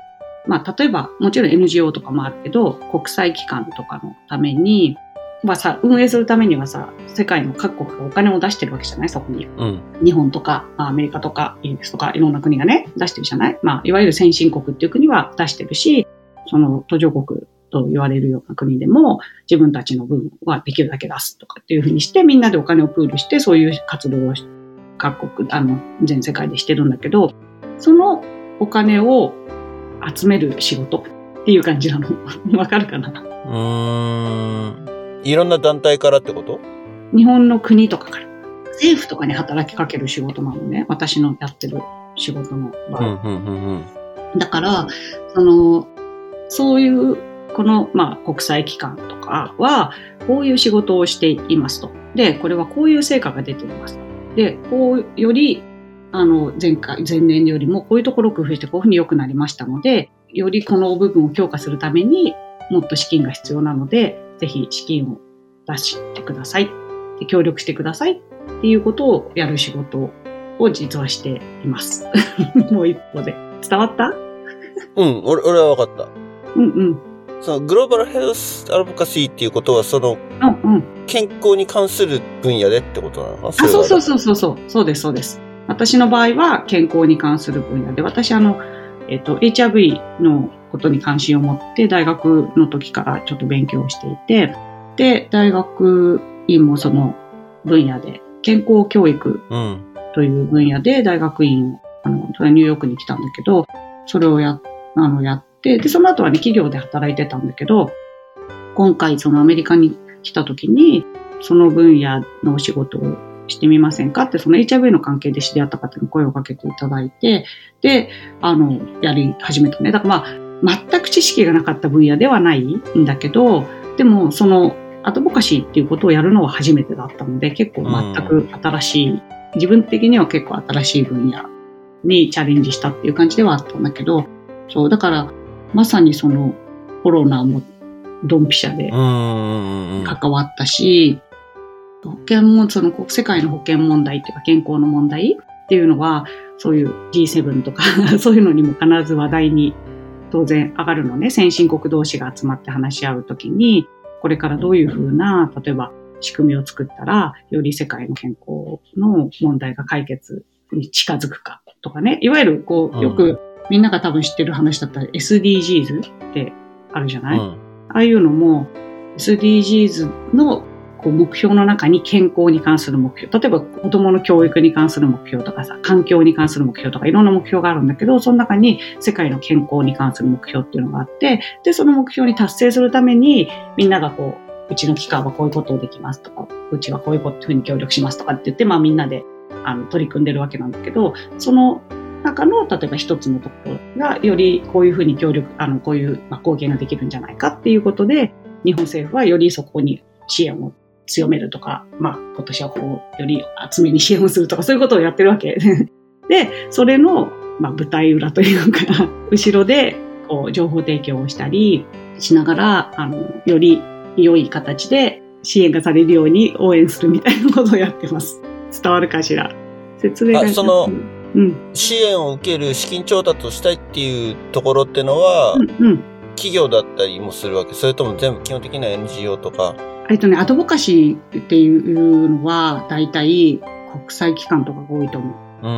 まあ、例えば、もちろん エヌジーオー とかもあるけど、国際機関とかのために、まあさ、運営するためにはさ、世界の各国がお金を出してるわけじゃないそこに。 うん、 日本とか、アメリカとか、イギリスとか、いろんな国がね、出してるじゃないまあ、いわゆる先進国っていう国は出してるし、その途上国と言われるような国でも、自分たちの分はできるだけ出すとかっていうふうにして、みんなでお金をプールして、そういう活動を各国、あの、全世界でしてるんだけど、そのお金を集める仕事っていう感じなの。わかるかな？ うーん。いろんな団体からってこと？ 日本の国とかから。政府とかに働きかける仕事なのね。私のやってる仕事の場合。 うんうんうんうん、 だから、その、そういう、この、まあ、国際機関とかは、こういう仕事をしていますと。で、これはこういう成果が出ていますと。で、こうより、あの、前回、前年よりもこういうところを工夫してこういうふうに良くなりましたので、よりこの部分を強化するためにもっと資金が必要なので、ぜひ資金を出してください。で協力してくださいっていうことをやる仕事を実はしています。もう一歩で。伝わった？ うん、俺、俺は分かった。 うんうん。 そのグローバルヘルスアドボカシーっていうことは、その、 うんうん、 健康に関する分野でってことなのかな？あ、 そうそうそうそうそう。そうです、そうです。私の場合は健康に関する分野で、私あの、えっと、エイチアイブイ のことに関心を持って大学の時からちょっと勉強していて、で、大学院もその分野で、健康教育という分野で大学院を、あの、ニューヨークに来たんだけど、それをや、あの、やって、で、その後はね、企業で働いてたんだけど、今回そのアメリカに来た時に、その分野のお仕事をしてみませんかって、その エイチアイブイ の関係で知り合った方に声をかけていただいて、で、あの、やり始めたね。だからまあ、全く知識がなかった分野ではないんだけど、でも、その、アドボカシーっていうことをやるのは初めてだったので、結構全く新しい、うん、自分的には結構新しい分野にチャレンジしたっていう感じではあったんだけど、そう、だから、まさにその、コロナもドンピシャで関わったし、保険も、その世界の保険問題っていうか健康の問題っていうのは、そういう ジーセブン とかそういうのにも必ず話題に当然上がるのね。先進国同士が集まって話し合うときに、これからどういうふうな、例えば仕組みを作ったら、より世界の健康の問題が解決に近づくかとかね。いわゆる、こう、よくみんなが多分知ってる話だったら エスディージーズ ってあるじゃない、うん、ああいうのも エスディージーズ のこう目標の中に健康に関する目標。例えば子供の教育に関する目標とかさ、環境に関する目標とかいろんな目標があるんだけど、その中に世界の健康に関する目標っていうのがあって、で、その目標に達成するためにみんながこう、うちの機関はこういうことをできますとか、うちはこういうことふうに協力しますとかって言って、まあみんなであの取り組んでるわけなんだけど、その中の例えば一つのところがよりこういうふうに協力、あの、こういう、まあ、貢献ができるんじゃないかっていうことで、日本政府はよりそこに支援を強めるとか、まあ、今年はこう、より厚めに支援をするとか、そういうことをやってるわけ。で、それの、まあ、舞台裏というか、後ろで、こう、情報提供をしたりしながら、あの、より良い形で支援がされるように応援するみたいなことをやってます。伝わるかしら？説明が。 あ、その、うん、支援を受ける資金調達をしたいっていうところってのは、うんうん、企業だったりもするわけ？それとも全部基本的には エヌジーオー とか？ えっとね、アドボカシーっていうのは、大体国際機関とかが多いと思う。うん。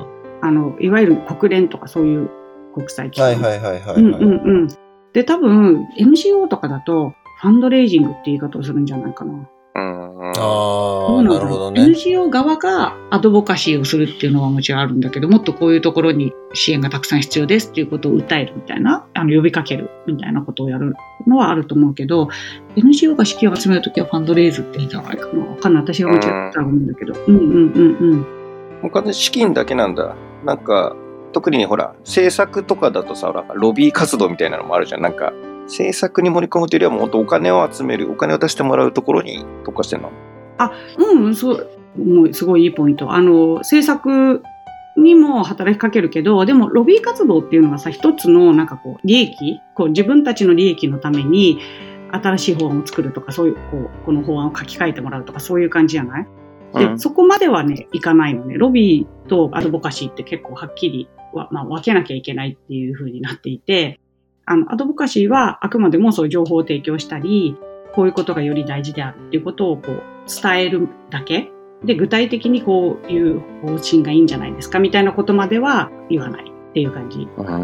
あの、いわゆる国連とかそういう国際機関。 はいはいはいはい、はい。 うんうんうん。で、多分、エヌジーオー とかだと、ファンドレイジングって言い方をするんじゃないかな。 うん。ああ、なるほどね。 エヌジーオー 側がアドボカシーをするっていうのはもちろんあるんだけど、もっとこういうところに支援がたくさん必要ですっていうことを訴えるみたいな、あの、呼びかけるみたいなことをやるのはあると思うけど、エヌジーオー が資金を集めるときはファンドレイズっていいんじゃないかな。わかんない。私が間違ったらごめんだけど。うんうんうんうん。 他で資金だけなんだ。なんか、特にほら、政策とかだとさ、ほら、ロビー活動みたいなのもあるじゃん。なんか、政策に盛り込むというよりはもっとお金を集める、お金を出してもらうところに特化してんの？ あ、うん、そう、もうすごいいいポイント。あの、政策にも働きかけるけど、でもロビー活動っていうのはさ、一つのなんかこう、利益、こう自分たちの利益のために新しい法案を作るとか、そういう、こう、この法案を書き換えてもらうとか、そういう感じじゃない？で、うん、そこまではね、いかないのね。ロビーとアドボカシーって結構はっきりは、まあ、分けなきゃいけないっていう風になっていて、 あの、アドボカシーはあくまでもそういう情報を提供したり、こういうことがより大事であるっていうことをこう伝えるだけで、具体的にこういう方針がいいんじゃないですかみたいなことまでは言わないっていう感じ。うん、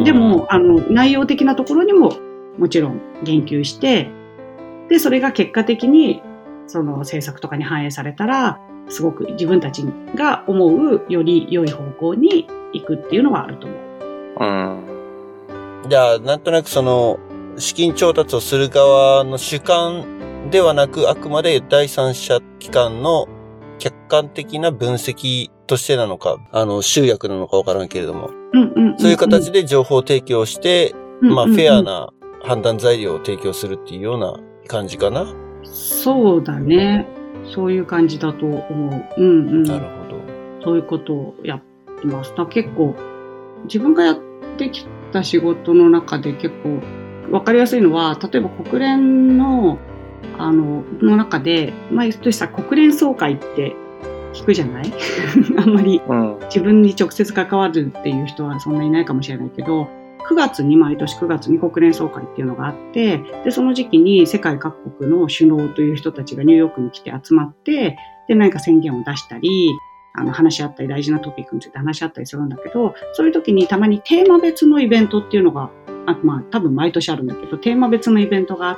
でも、あの、内容的なところにももちろん言及して、で、それが結果的にその政策とかに反映されたら、すごく自分たちが思うより良い方向に行くっていうのはあると思う。 うん。じゃあ、なんとなくその、資金調達をする側の主観ではなく、あくまで第三者機関の客観的な分析としてなのか、あの、集約なのかわからんけれども、 うんうんうんうん、 そういう形で情報提供して、うんうんうん、まあ、フェアな判断材料を提供するっていうような感じかな。 そうだね。そういう感じだと思う。うんうん。 なるほど。 そういうことをやってます。だ結構、自分がやってきた仕事の中で結構、わかりやすいのは、例えば国連の、あの、の中で、毎年さ、国連総会って聞くじゃないあんまり自分に直接関わるっていう人はそんなにいないかもしれないけど、くがつに、毎年くがつに国連総会っていうのがあって、で、その時期に世界各国の首脳という人たちがニューヨークに来て集まって、で、何か宣言を出したり、あの、話し合ったり、大事なトピックについて話し合ったりするんだけど、そういう時にたまにテーマ別のイベントっていうのが、あまあ、多分毎年あるんだけど、テーマ別のイベントがあって、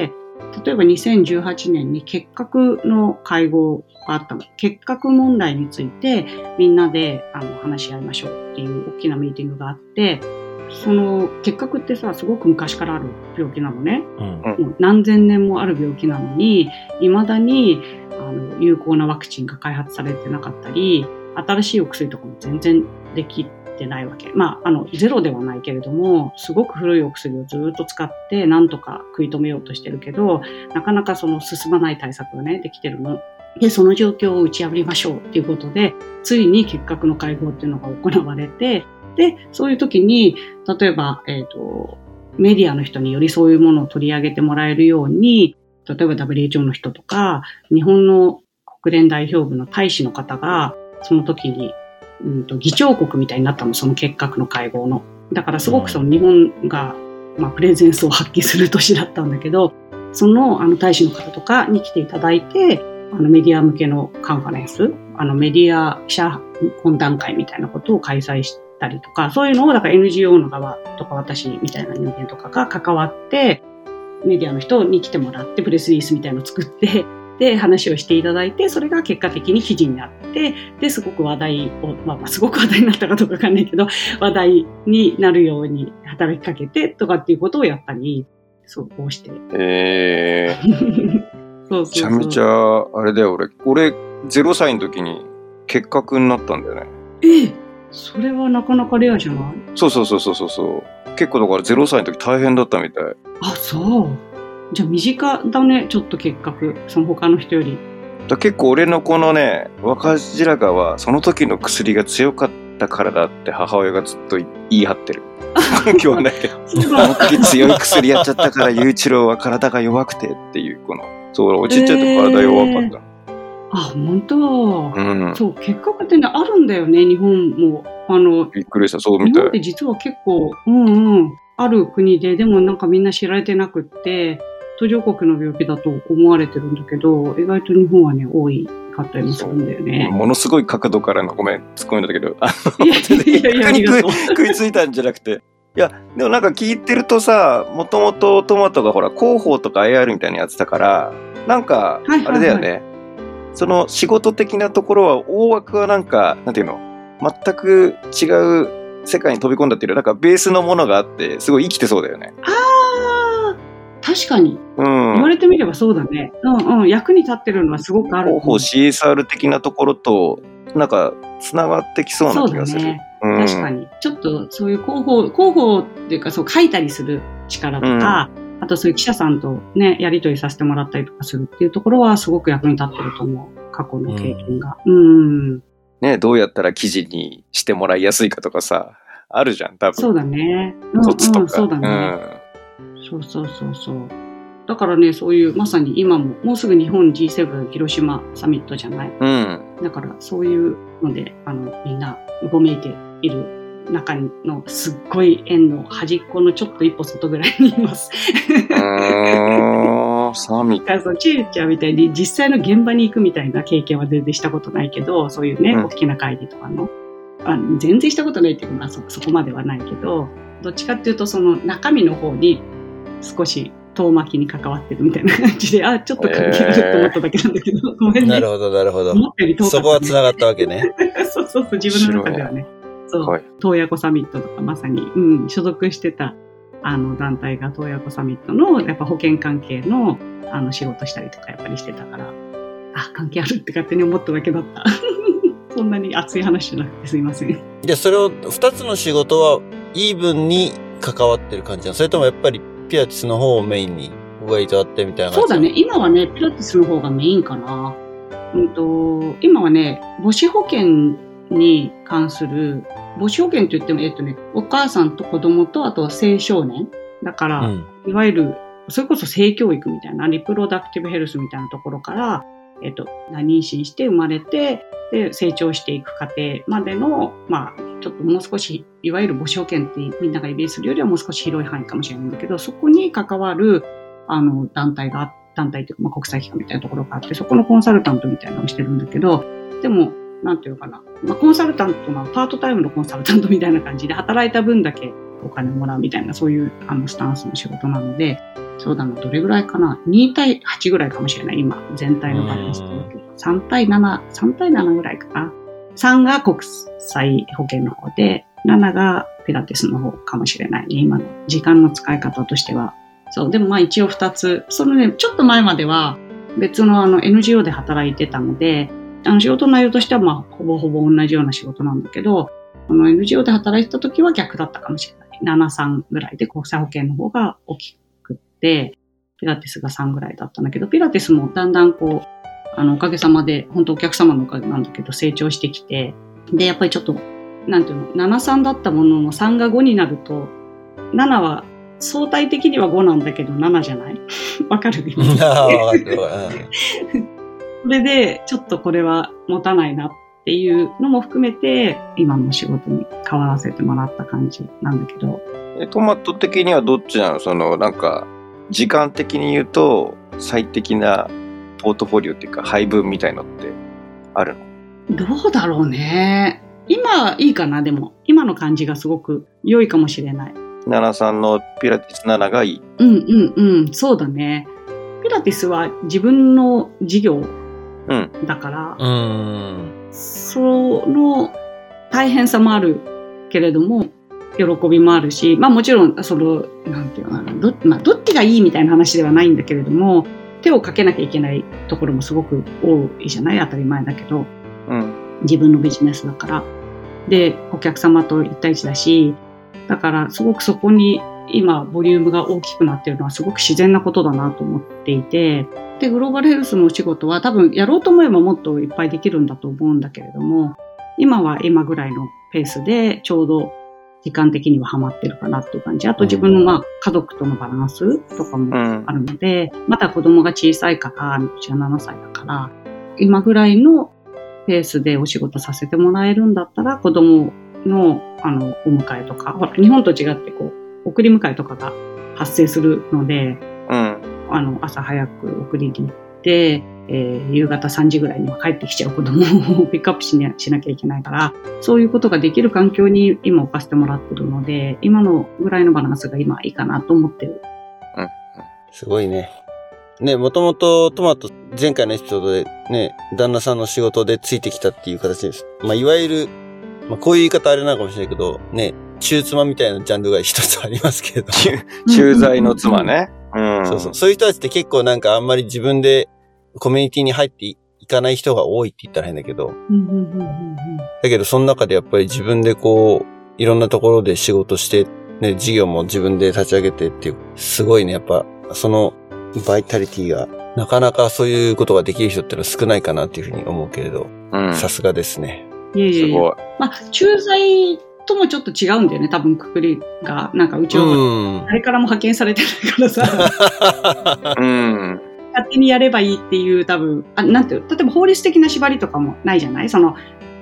例えばにせんじゅうはちねんに結核の会合があったの。結核問題についてみんなであの話し合いましょうっていう大きなミーティングがあって、その結核ってさ、すごく昔からある病気なのね。うん、もう何千年もある病気なのに、未だにあの有効なワクチンが開発されてなかったり、新しいお薬とかも全然できてないわけ。まあ、あの、ゼロではないけれども、すごく古いお薬をずっと使って、なんとか食い止めようとしてるけど、なかなかその進まない対策がね、できてるの。で、その状況を打ち破りましょうっていうことで、ついに結核の会合っていうのが行われて、で、そういう時に、例えば、えっと、メディアの人によりそういうものを取り上げてもらえるように、例えば ダブリューエイチオー の人とか、日本の国連代表部の大使の方が、その時に、うんと、議長国みたいになったの、その結核の会合の。だからすごくその日本が、まあ、プレゼンスを発揮する年だったんだけど、その、あの、大使の方とかに来ていただいて、あの、メディア向けのカンファレンス、あの、メディア記者懇談会みたいなことを開催したりとか、そういうのを、だから エヌジーオー の側とか私みたいな人間とかが関わって、メディアの人に来てもらって、プレスリリースみたいなのを作って、で、話をしていただいて、それが結果的に記事になって、で、すごく話題を、まあ、まあ、すごく話題になったかどうかわかんないけど、話題になるように働きかけてとかっていうことをやったり、そう、こうして。 えー。そうそうそう。めちゃめちゃ、あれだよ、俺。俺、ゼロさいの時に結核になったんだよね。 ええ、それはなかなかレアじゃない？ そうそうそうそうそう。結構だからゼロさいの時大変だったみたい。 あ、そう。じゃあ身近だね、ちょっと結核、その他の人より。 だ結構俺のこのね、若白髪はその時の薬が強かったからだって母親がずっと言い張ってる。今日はね、思いっきり強い薬やっちゃったから雄一郎は体が弱くてっていう、この、そう、ちっちゃいと体弱かった。えー、 あ、本当、 うん。 そう、結核ってね、あるんだよね、日本も。あの、 びっくりした、そうみたい。 日本って実は結構、うんうん、ある国で、でもなんかみんな知られてなくって、途上国の病気だと思われてるんだけど、意外と日本はね、多いかったりもするんだよね。 ものすごい角度からのごめん、突っ込みだけど、あの、 いやいやいやいや食いついたんじゃなくて、いや、でもなんか聞いてるとさ、もともとトマトがほら、広報とか アイアール みたいなやつだから、なんか、あれだよね、はいはいはい、その仕事的なところは、大枠はなんか、なんていうの、全く違う世界に飛び込んだっていう、なんかベースのものがあって、すごい生きてそうだよね。 ああ、確かに、 うん。 言われてみればそうだね。うんうん。役に立ってるのはすごくある。 広報 シーエスアール 的なところと、なんか、つながってきそうな気がする。そうだね。 うん、確かに。ちょっとそういう広報、広報っていうか、そう書いたりする力とか、うん、あとそういう記者さんとね、やり取りさせてもらったりとかするっていうところはすごく役に立ってると思う。過去の経験が。うん。うんね、どうやったら記事にしてもらいやすいかとかさ、あるじゃん、多分。 そうだね。 コツとか。 うんうん、そうだね、うん。そうそうそうそう。だからね、そういう、まさに今も、もうすぐ日本 ジーセブン 広島サミットじゃない。 うん。 だから、そういうので、あの、みんな、うごめいている中のすっごい円の端っこのちょっと一歩外ぐらいにいます。 あー、サミット。 そう、チューちゃんみたいに実際の現場に行くみたいな経験は全然したことないけど、そういうね、うん、大きな会議とかの。あ全然したことないっていうか、まあそ、そこまではないけど、どっちかっていうとその中身の方に少し遠巻きに関わってるみたいな感じで、あ、ちょっと関係あると思っただけなんだけど、えー、ごめんね。 なるほど、なるほど。 思ったより遠かったね、 そこは繋がったわけね。 そうそうそう、自分の中ではね。そう、はい、洞爺湖サミットとかまさに、うん、所属してたあの団体が洞爺湖サミットのやっぱ保険関係のあの仕事したりとかやっぱりしてたから、あ、関係あるって勝手に思っただけだった。そんなに熱い話じゃなくてすいません。 で、それを二つの仕事はイーブンに関わってる感じなの？それともやっぱりピラティスの方をメインに僕がいてあってみたいな感じ？ そうだね。今はね、ピラティスの方がメインかな。うんと、今はね、母子保険に関する、母子保険といっても、えっとね、お母さんと子供と、あとは青少年。だから、うん、いわゆる、それこそ性教育みたいな、リプロダクティブヘルスみたいなところから、えっと、妊娠して生まれて、で、成長していく過程までの、まあ、ちょっともう少し、いわゆる母子保険ってみんながイメージするよりはもう少し広い範囲かもしれないんだけど、そこに関わる、あの、団体が、団体というか、まあ、国際機関みたいなところがあって、そこのコンサルタントみたいなのをしてるんだけど、でも、なんていうのかな。まあ、コンサルタントの、パートタイムのコンサルタントみたいな感じで、働いた分だけお金もらうみたいな、そういう、あの、スタンスの仕事なので、そうだな、どれぐらいかな。に対はちぐらいかもしれない、今、全体のバランスだけど。さん対なな、さん対ななぐらいかな。さんが国際保険の方で、なながピラティスの方かもしれないね、今の時間の使い方としては。そう、でもまあ一応ふたつ、そのね、ちょっと前までは別のあの エヌジーオー で働いてたので、あの仕事の内容としてはまあほぼほぼ同じような仕事なんだけど、この エヌジーオー で働いてた時は逆だったかもしれない。なな、さんぐらいで国際保険の方が大きくって、ピラティスがさんぐらいだったんだけど、ピラティスもだんだんこう、あのおかげさまで、本当お客様のおかげなんだけど成長してきて、で、やっぱりちょっと、なんていうの、なな、さんだったもののさんがごになると、ななは相対的にはごなんだけどななじゃないわかるそれで、ちょっとこれは持たないなっていうのも含めて、今の仕事に変わらせてもらった感じなんだけど。 え、トマト的にはどっちなの？その、なんか、時間的に言うと、最適なポートフォリオっていうか、配分みたいのってあるの？どうだろうね。今いいかな、でも。今の感じがすごく良いかもしれない。 ななさんのピラティスなながいい。 うんうんうん、そうだね。ピラティスは自分の事業だから、 うん、うんその大変さもあるけれども、喜びもあるし、まあもちろん、その、なんていうのかな、ど、まあどっちがいいみたいな話ではないんだけれども、手をかけなきゃいけないところもすごく多いじゃない？当たり前だけど、 うん、 自分のビジネスだから。で、お客様と一対一だし、だからすごくそこに今ボリュームが大きくなってるのはすごく自然なことだなと思っていて、で、グローバルヘルスのお仕事は多分やろうと思えばもっといっぱいできるんだと思うんだけれども、今は今ぐらいのペースでちょうど時間的にはハマってるかなっていう感じ。あと自分のまあ家族とのバランスとかもあるので、うん、また子供が小さいから、うちはななさいだから、今ぐらいのペースでお仕事させてもらえるんだったら、子供のあのお迎えとか、ほら日本と違ってこう送り迎えとかが発生するので、 うん、 あの朝早く送りに行って、えー、夕方さんじぐらいには帰ってきちゃう子供をピックアップしな、しなきゃいけないから、そういうことができる環境に今置かせてもらってるので、今のぐらいのバランスが今いいかなと思ってる。 うん、 すごいね。ね、もともとトマト前回のエピソードでね、旦那さんの仕事でついてきたっていう形です。まあいわゆる、まあこういう言い方あれなのかもしれないけど、ね、中妻みたいなジャンルが一つありますけど。 駐在の妻ね。 うん。そうそう。そういう人たちって結構なんかあんまり自分でコミュニティに入っていかない人が多いって言ったら変だけど。だけどその中でやっぱり自分でこう、いろんなところで仕事して、ね、事業も自分で立ち上げてっていう、すごいね、やっぱ、そのバイタリティが、なかなかそういうことができる人ってのは少ないかなっていうふうに思うけれど、さすがですね。 いやいやいや。すごい。まあ、駐在ともちょっと違うんだよね、多分くくりが。なんかうちは誰からも派遣されてないからさ。 うん。 勝手にやればいいっていう多分、あ、なんていう、例えば法律的な縛りとかもないじゃない？その、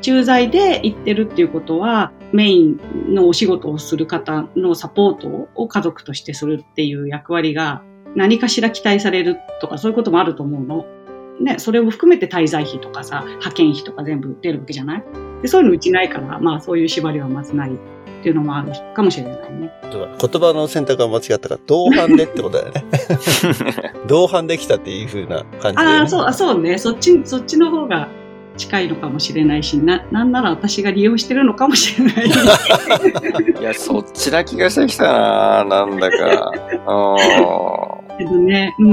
駐在で行ってるっていうことは、メインのお仕事をする方のサポートを家族としてするっていう役割が何かしら期待されるとかそういうこともあると思うの。ね、それを含めて滞在費とかさ、派遣費とか全部出るわけじゃない？で、そういうのうちないから、まあそういう縛りはまずないっていうのもあるかもしれないね。 言葉の選択が間違ったから、同伴でってことだよね。同伴できたっていう風な感じで、ね。 ああ、そう、あ、そうね。そっち、そっちの方が近いのかもしれないし、な、なんなら私が利用してるのかもしれない。 いや、そっちな気がしてきたな、なんだか。 けどね、うん、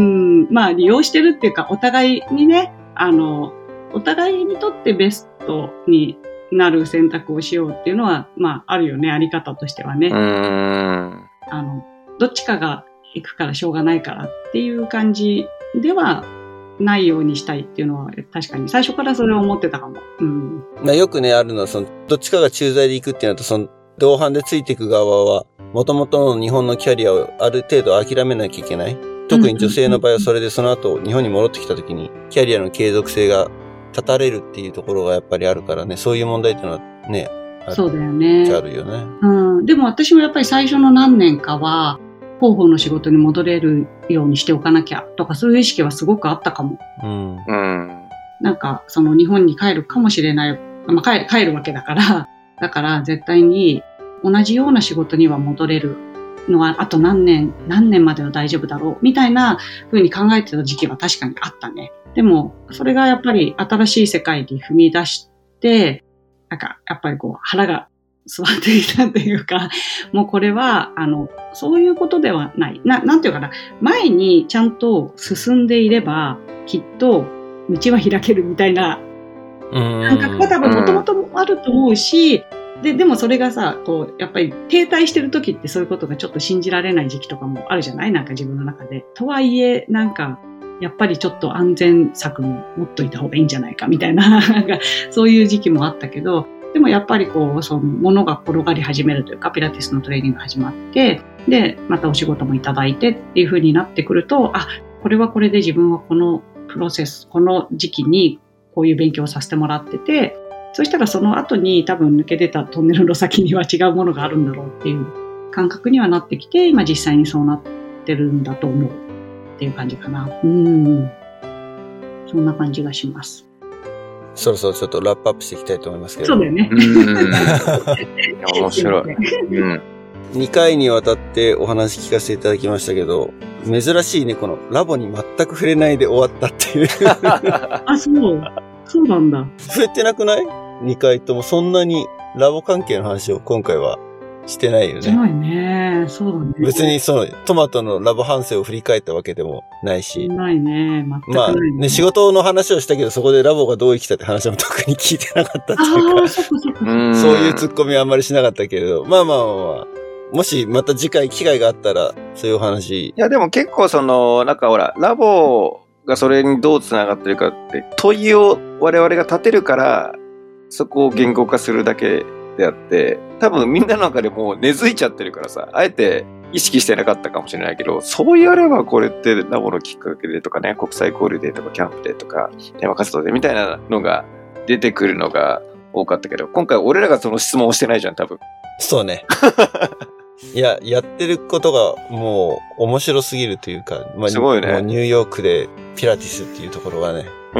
まあ利用してるっていうか、お互いにね、あの、お互いにとってベストになる選択をしようっていうのは、まああるよね、あり方としてはね。 うーん。 あの、どっちかが行くからしょうがないからっていう感じではないようにしたいっていうのは確かに最初からそれを思ってたかも。うん。 まあよくね、あるのは、その、どっちかが駐在で行くっていうのと、その、同伴でついていく側は、元々の日本のキャリアをある程度諦めなきゃいけない。特に女性の場合はそれでその後日本に戻ってきた時にキャリアの継続性が絶たれるっていうところがやっぱりあるからね、そういう問題っていうのはね、 そうだよね。 あるよね。 うん。でも私もやっぱり最初の何年かは広報の仕事に戻れるようにしておかなきゃとかそういう意識はすごくあったかも。 うん。 うん。 なんかその日本に帰るかもしれない、まあ、帰, 帰るわけだから、だから絶対に同じような仕事には戻れるのはあと何年、何年までは大丈夫だろうみたいな風に考えてた時期は確かにあったね。でも、それがやっぱり新しい世界に踏み出して、なんかやっぱりこう腹が座っていたというか、もうこれは、あの、そういうことではない。な、なんていうかな、前にちゃんと進んでいれば、きっと道は開けるみたいな感覚が多分もともとあると思うし、で、でもそれがさ、こう、やっぱり停滞してる時ってそういうことがちょっと信じられない時期とかもあるじゃない？なんか自分の中で。とはいえ、なんか、やっぱりちょっと安全策も持っといた方がいいんじゃないかみたいな、なんかそういう時期もあったけど、でもやっぱりこう、その物が転がり始めるというか、ピラティスのトレーニングが始まって、で、またお仕事もいただいてっていう風になってくると、あ、これはこれで自分はこのプロセス、この時期にこういう勉強をさせてもらってて、そしたらその後に多分抜け出たトンネルの先には違うものがあるんだろうっていう感覚にはなってきて、今実際にそうなってるんだと思うっていう感じかな。うん。そんな感じがします。 そろそろちょっとラップアップしていきたいと思いますけど。 そうだよね。 うん。面白い。うん。 にかいにわたってお話聞かせていただきましたけど、珍しいね、このラボに全く触れないで終わったっていう。 あ、そう。そうなんだ。 触れてなくない？ に 回ともそんなにラボ関係の話を今回はしてないよね。 してないね。そうだね。 別にそのトマトのラボ反省を振り返ったわけでもないし。 ないね。全くないね。 まあね、仕事の話をしたけど、そこでラボがどう生きたって話も特に聞いてなかったっていうか。 ああ、そっかそっか。 そういうツッコミはあんまりしなかったけれど、まあまあまあまあ。もしまた次回機会があったら、そういうお話。 いやでも結構その、なんかほら、ラボがそれにどうつながってるかって問いを我々が立てるからそこを言語化するだけであって多分みんなの中でもう根付いちゃってるからさあえて意識してなかったかもしれないけどそうやればこれってラボのきっかけでとかね国際交流でとかキャンプでとかテーマ活動でみたいなのが出てくるのが多かったけど今回俺らがその質問をしてないじゃん多分そうねいや、やってることがもう面白すぎるというか、まあ、 すごいね。 ニューヨークでピラティスっていうところがね、 うん、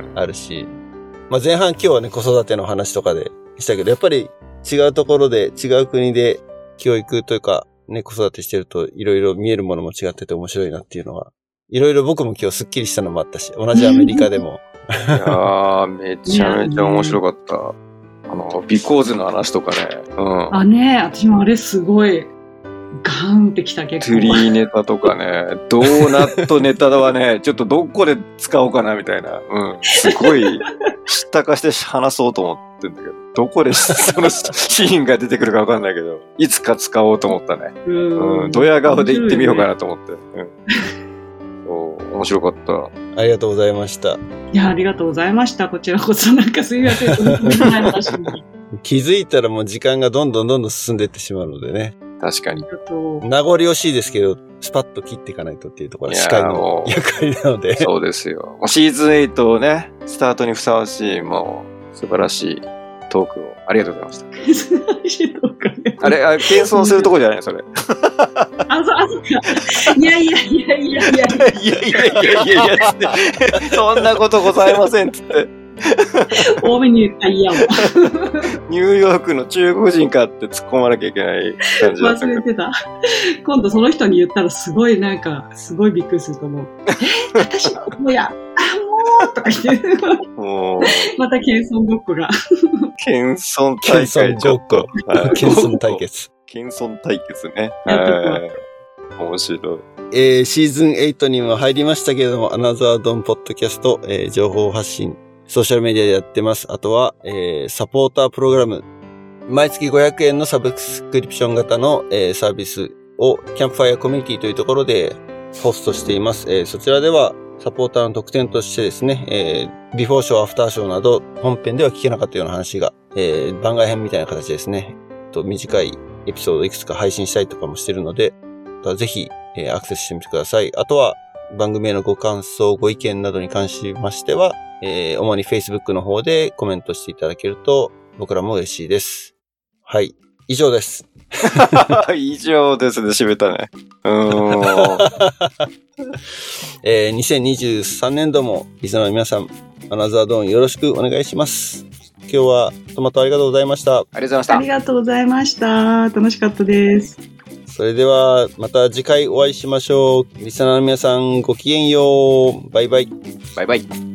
あるし、まあ、前半今日はね、子育ての話とかでしたけど、やっぱり違うところで違う国で教育というか、ね、子育てしてるといろいろ見えるものも違ってて面白いなっていうのは、いろいろ僕も今日スッキリしたのもあったし、同じアメリカでも。 いやー、めちゃめちゃ面白かった。あの、ビコーズの話とかね。うん。 あ、ね私もあれすごい、ガーンってきた結構。 トゥリーネタとかね、ドーナットネタはね、ちょっとどこで使おうかなみたいな。うん。すごい、下化して話そうと思ってんだけど、どこでそのシーンが出てくるかわかんないけど、いつか使おうと思ったね。うん。ドヤ顔で言ってみようかなと思って。うん。そう面白かった。 ありがとうございました。 いや、ありがとうございました。こちらこそなんかすいません。 気づいたらもう時間がどんどんどんどん進んでいってしまうのでね。 確かに。 名残惜しいですけど、スパッと切っていかないとっていうところが司会の役割なので。 そうですよ。シーズンエイトをね、スタートにふさわしい、もう素晴らしいトークをありがとうございました。 素晴らしいトークね。 あれ、あ謙遜するとこじゃないそれ。 あ、そ、あ、そっか。いやいやいやいやいや。いやいやいやいやいやいやつって、そんなことございませんっつって。 多めに言ったら嫌わ。 ニューヨークの中国人かって突っ込まなきゃいけない感じだった。 忘れてた。今度その人に言ったらすごいなんか、すごいびっくりすると思う。え、私の子や。あ、もうとか言って。もうまた謙遜ごっこが。 謙遜大会ちょっと。 謙遜対決。 謙遜対決ね。はい。面白い。 えー、シーズンエイトにも入りましたけれども、アナザードンポッドキャスト、えー、情報発信、ソーシャルメディアでやってます。あとは、えー、サポータープログラム。毎月ごひゃくえんのサブスクリプション型の、えー、サービスをキャンプファイアコミュニティというところでホストしています。えー、そちらではサポーターの特典としてですね、えー、ビフォーショー、アフターショーなど本編では聞けなかったような話が、えー、番外編みたいな形ですね。と短いエピソードいくつか配信したりとかもしてるので、ぜひ、えー、アクセスしてみてください。あとは番組へのご感想、ご意見などに関しましては、えー、主に Facebook の方でコメントしていただけると僕らも嬉しいです。はい。以上です。 以上ですね。締めたね。うーん。 えー、にせんにじゅうさんねん度もリスナーの皆さん、アナザードーンよろしくお願いします。今日はトマトありがとうございました。 ありがとうございました。 ありがとうございました。楽しかったです。 それではまた次回お会いしましょう。リスナーの皆さんごきげんよう。バイバイ。 バイバイ。